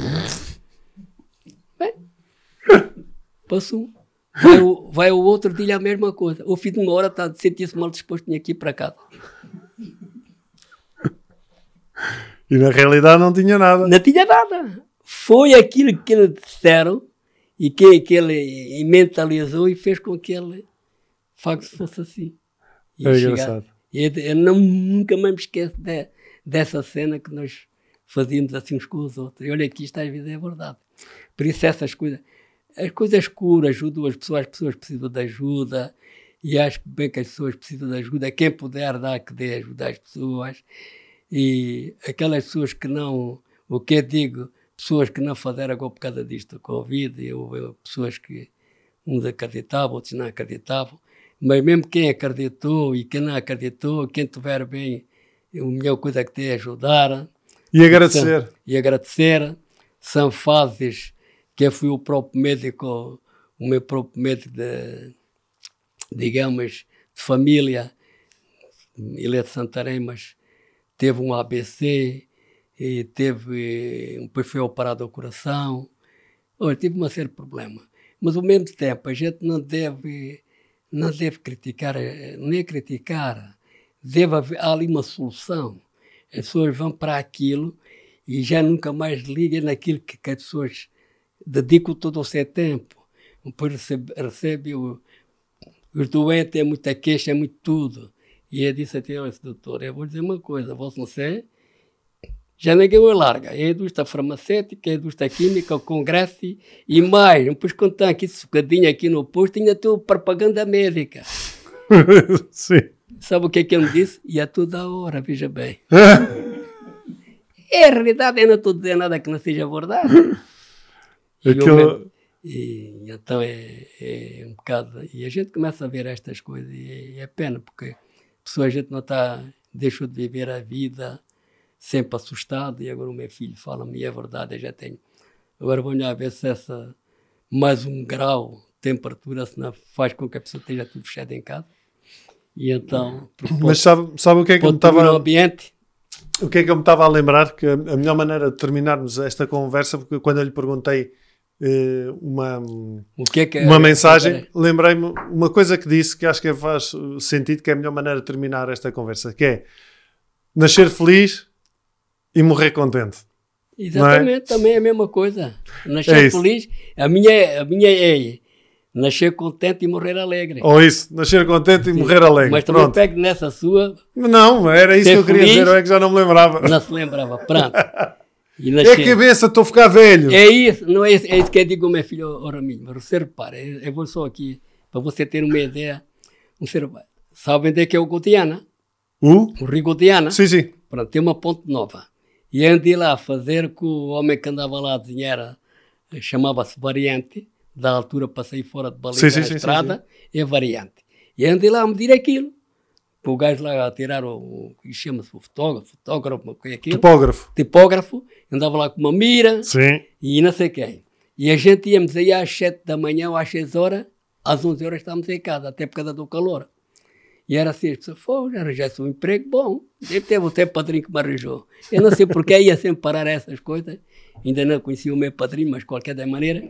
Bem, passou. Vai o, vai o outro, diz-lhe a mesma coisa. Ao fim de uma hora está a sentir-se mal disposto, tinha que ir para casa. E na realidade não tinha nada. Não tinha nada. Foi aquilo que eles disseram e que, que ele mentalizou e fez com que ele, de facto, fosse assim. E é chegar, engraçado. Eu, eu não, nunca mais me esqueço de, dessa cena que nós fazíamos assim uns com os outros. E olha que isto às vezes é verdade. Por isso essas coisas, as coisas curam, ajudam as pessoas, as pessoas precisam de ajuda e acho bem que as pessoas precisam de ajuda. Quem puder dar, que dê ajuda às pessoas. E aquelas pessoas que não, o que eu digo, pessoas que não fizeram agora por causa disto, do Covid, eu, eu, pessoas que uns acreditavam, outros não acreditavam. Mas mesmo quem acreditou e quem não acreditou, quem tiver bem, a melhor coisa que tem é ajudar. E agradecer. São, e agradecer. São fases que eu fui o próprio médico, o meu próprio médico de, digamos, de família. Ele é de Santarém, mas teve um A B C, e teve, depois foi operado ao coração. Olha, tive uma série de problemas. Mas ao mesmo tempo, a gente não deve... Não deve criticar, nem criticar, deve haver há ali uma solução. As pessoas vão para aquilo e já nunca mais ligam naquilo que, que as pessoas dedicam todo o seu tempo. Depois recebe, recebe o, os doentes, é muita queixa, é muito tudo. E eu disse até, olha, doutor, eu vou dizer uma coisa, você, já ninguém o larga. É a indústria farmacêutica, é a indústria química, o congresso e mais. Depois, quando está aqui socadinho aqui no posto, ainda estou propaganda médica. Sim. Sabe o que é que ele me disse? E é tudo a hora, veja bem. É a realidade, eu não estou dizendo nada que não seja verdade. E, Aquilo... eu, e então é, é um bocado... E a gente começa a ver estas coisas e é, é pena, porque a pessoa, a gente não está... Deixou de viver a vida sempre assustado, e agora o meu filho fala-me, e é verdade, eu já tenho. Agora vamos lá ver se essa mais um grau de temperatura se não faz com que a pessoa esteja tudo fechado em casa. E então... Mas sabe, sabe o que é que eu me estava... no ambiente... O que é que eu me estava a lembrar? Que a melhor maneira de terminarmos esta conversa, porque quando eu lhe perguntei eh, uma, o que é que é, uma mensagem, é, lembrei-me uma coisa que disse que acho que faz sentido, que é a melhor maneira de terminar esta conversa, que é nascer feliz e morrer contente. Exatamente, é? Também é a mesma coisa. Nascer é feliz, a minha, a minha é nascer contente e morrer alegre. Ou isso, nascer contente Sim. e morrer alegre. Mas também pego nessa sua... Não, era isso que eu queria dizer, eu é que já não me lembrava. Não se lembrava, pronto. E nascer... É a cabeça, estou a ficar velho. É isso, não é isso, é isso que eu digo ao meu filho, ora mim, mas você repara, eu vou só aqui, para você ter uma ideia, um ser, sabe onde é que é o Gotiana? Uh? O Rio Gotiana? Sim, sim. Pronto, tem uma ponte nova. E andei lá a fazer com o homem que andava lá a desenhar, chamava-se Variante, da altura passei fora de baliza sim, sim, a estrada, sim, sim. É Variante. E andei lá a medir aquilo. O gajo lá a tirar o, o chama-se o fotógrafo, fotógrafo, o que é aquilo? Tipógrafo. Tipógrafo, andava lá com uma mira sim. E não sei quem. E a gente íamos aí às sete da manhã ou às seis horas, às onze horas estávamos em casa, até por causa do calor. E era assim, as pessoas, pô, já arranjaste um emprego bom. Deve ter o teu padrinho que me arranjou. Eu não sei porque ia sempre parar essas coisas. Ainda não conhecia o meu padrinho, mas de qualquer maneira.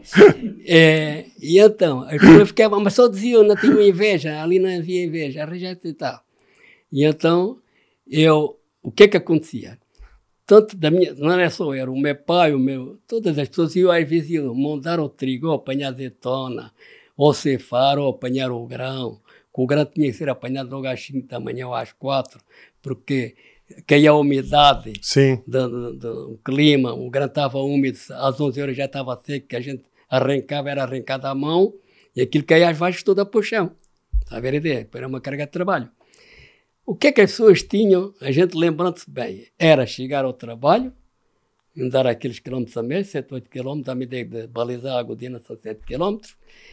É, e então, as pessoas ficavam, mas só diziam, não tinham inveja, ali não havia inveja, arranjaste e tal. E então, eu, o que é que acontecia? Tanto da minha, não era só eu, era o meu pai, o meu, todas as pessoas iam às vezes iam montar o trigo, ou apanhar azeitona, ou cefar, ou apanhar o grão. O grão tinha que ser apanhado logo às cinco da manhã ou às quatro, porque caía a umidade do, do, do clima, o grão estava úmido, às onze horas já estava seco, que a gente arrancava, era arrancado à mão, e aquilo caía às vagens toda para o chão. Está a ver a ideia? Era uma carga de trabalho. O que é que as pessoas tinham, a gente lembrando-se bem, era chegar ao trabalho, andar aqueles quilómetros a mês, sete, oito quilómetros, a medida de balizar a Godina são sete quilómetros,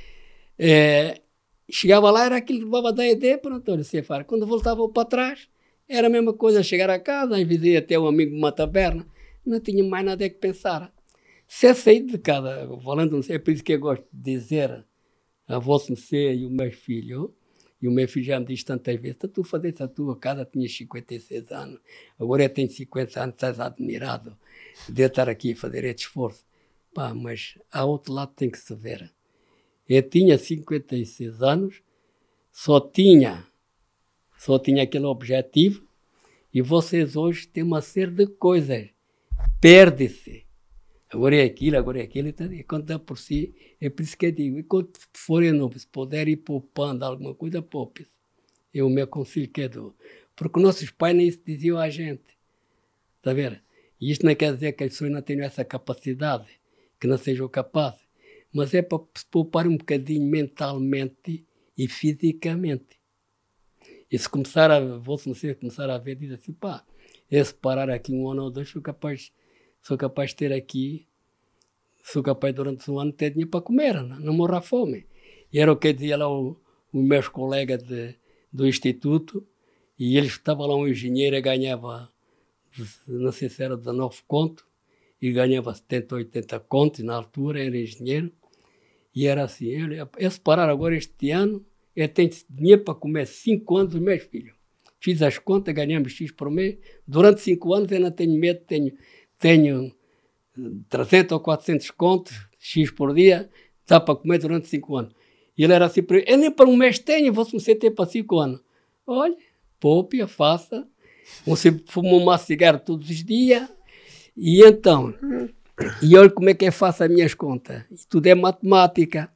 é, chegava lá, era aquilo que levava da ideia, pronto, olha, cefar. Quando voltava para trás, era a mesma coisa, chegar a casa, às vezes ia até um amigo numa taberna, não tinha mais nada a que pensar. Se eu sair de casa, falando, é por isso que eu gosto de dizer a vosso Messê e o meu filho, e o meu filho já me diz tantas vezes, tu fazes a tua casa, tinhas cinquenta e seis anos, agora eu tenho cinquenta anos, estás admirado de eu estar aqui a fazer este esforço. Pá, mas há outro lado tem que se ver. Eu tinha cinquenta e seis anos, só tinha, só tinha aquele objetivo, e vocês hoje têm uma série de coisas. Perde-se. Agora é aquilo, agora é aquilo, e quando dá por si, é por isso que eu digo, e quando forem novos, se puder ir poupando alguma coisa, poupe-se. É o meu conselho que eu dou. Porque nossos pais nem isso diziam a gente. Está a ver? E isto não quer dizer que as pessoas não tenham essa capacidade, que não sejam capazes. Mas é para se poupar um bocadinho mentalmente e fisicamente. E se começar a, vou se começar a ver, diz assim, pá, é se parar aqui um ano ou dois, sou capaz, sou capaz de ter aqui, sou capaz durante um ano de ter dinheiro para comer, não, não morrer à fome. E era o que dizia lá o, os meus colegas de, do instituto, e eles estavam lá um engenheiro e ganhava, não sei se era dezenove contos, e ganhava setenta, oitenta contos, na altura era engenheiro, e era assim, ele, eu se parar agora este ano, eu tenho dinheiro para comer cinco anos os meus filhos. Fiz as contas, ganhamos X por mês, durante cinco anos eu não tenho medo, tenho, tenho trezentos ou quatrocentos contos, X por dia, dá para comer durante cinco anos. E ele era assim, eu nem para um mês tenho, vou-se ter para cinco anos. Olha, poupe, faça, você fuma um cigarro todos os dias, e então, e olha como é que eu faço as minhas contas. E tudo é matemática.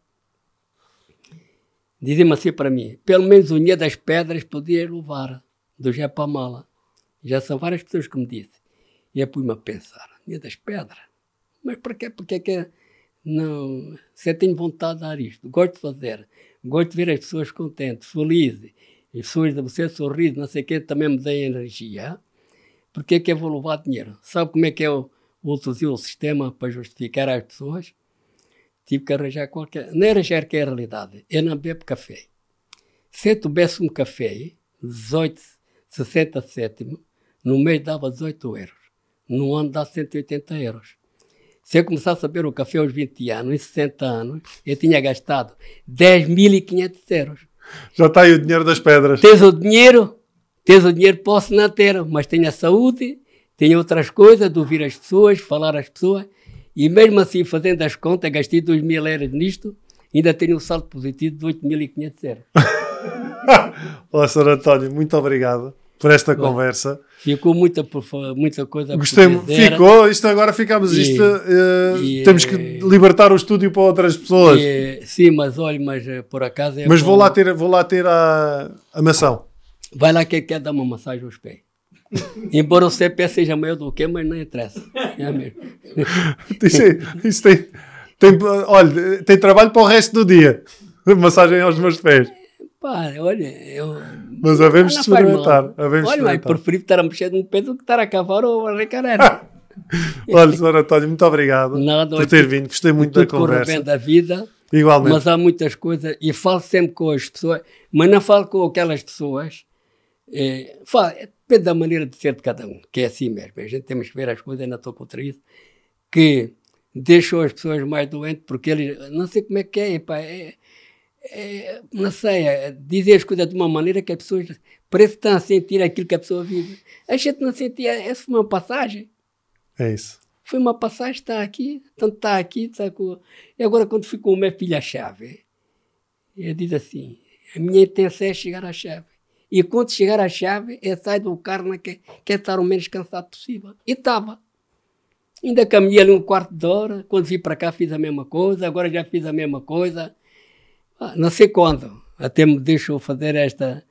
Dizem-me assim para mim, pelo menos o Unha das Pedras podia levar, do Japamala. Já são várias pessoas que me dizem. E eu pus-me a pensar, dinheiro das pedras. Mas para quê? Porque é que não... Se eu tenho vontade de dar isto, gosto de fazer, gosto de ver as pessoas contentes, felizes, as pessoas de você sorrir, não sei o quê, também me dêem energia. Porque é que eu vou levar dinheiro? Sabe como é que eu utilizo o sistema para justificar às pessoas? Tive que arranjar qualquer... Não é arranjar que é a realidade. Eu não bebo café. Se eu tivesse um café, dezoito, sessenta cêntimos, no mês dava dezoito euros. No ano dá cento e oitenta euros. Se eu começasse a beber o café aos vinte anos, em sessenta anos, eu tinha gastado dez mil e quinhentos euros. Já está aí o dinheiro das pedras. Tens o dinheiro, tens o dinheiro, posso não ter, mas tenho a saúde, tenho outras coisas, de ouvir as pessoas, falar às pessoas, e mesmo assim, fazendo as contas, gastei dois mil euros nisto, ainda tenho um saldo positivo de oito mil e quinhentos euros. Olá, senhor António, muito obrigado por esta Bom, conversa. Ficou muita, muita coisa Gostei, por dizer. Ficou, isto agora ficamos, e, isto, uh, e, temos que e, libertar o estúdio para outras pessoas. E, sim, mas olha, mas por acaso... É mas bom. vou lá ter, vou lá ter a, a maçã. Vai lá que quer dar uma massagem aos pés. Embora o C P seja maior do que, mas não interessa. É mesmo. Isso, isso tem, tem, olha, tem trabalho para o resto do dia. Massagem aos meus pés. Pá, olha, eu... Mas havemos de experimentar. Olha, mas preferi estar a mexer num pé do que estar a cavar ou a recarar. Olha, senhor António, muito obrigado Nada, por ter vindo. Gostei muito da conversa. Bem da vida. Igualmente. Mas há muitas coisas, e falo sempre com as pessoas, mas não falo com aquelas pessoas, é, falo, depende da maneira de ser de cada um, que é assim mesmo. A gente temos que ver as coisas, ainda estou contra isso, que deixam as pessoas mais doentes, porque eles, não sei como é que é, pá, é, é, não sei, é, dizem as coisas de uma maneira que as pessoas parece que estão a sentir aquilo que a pessoa vive. A gente não sentia, essa foi uma passagem. É isso. Foi uma passagem, está aqui, tanto está aqui, está com... E agora quando fui com o meu filho à chave, ele diz assim, a minha intenção é chegar à chave. E quando chegar à chave, eu saio do carro, que quer estar o menos cansado possível. E estava. Ainda caminhei ali um quarto de hora, quando vim para cá fiz a mesma coisa, agora já fiz a mesma coisa. Ah, não sei quando, até me deixou fazer esta,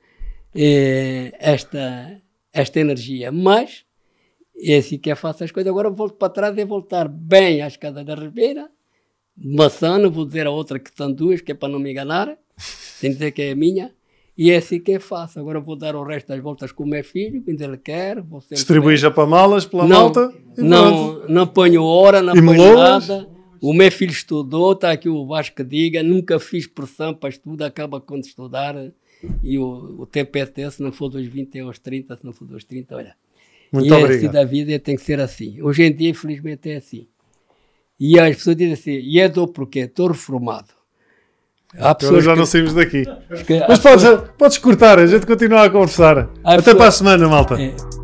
eh, esta, esta energia, mas... é assim que eu faço as coisas. Agora volto para trás e voltar bem à escada da Ribeira, maçã, não vou dizer a outra que são duas, que é para não me enganar, tenho que dizer que é a minha, e é assim que eu faço. Agora vou dar o resto das voltas com o meu filho, quando ele quer. Distribui já para malas, pela não, malta? Não, não ponho hora, não e ponho melolas? Nada. O meu filho estudou, está aqui o Vasco que diga, nunca fiz pressão para estudo, acaba quando estudar, e o, o tempo é esse, se não for dos vinte aos trinta, se não for dos trinta, olha. Muito e obrigado. É assim da vida, tem que ser assim. Hoje em dia, infelizmente, é assim. E as pessoas dizem assim, e é dor porquê? Estou reformado. Há pessoas já que... não saímos daqui. Que... Mas podes, pessoas... podes cortar, a gente continua a conversar. Há Até pessoas... para a semana, malta. É.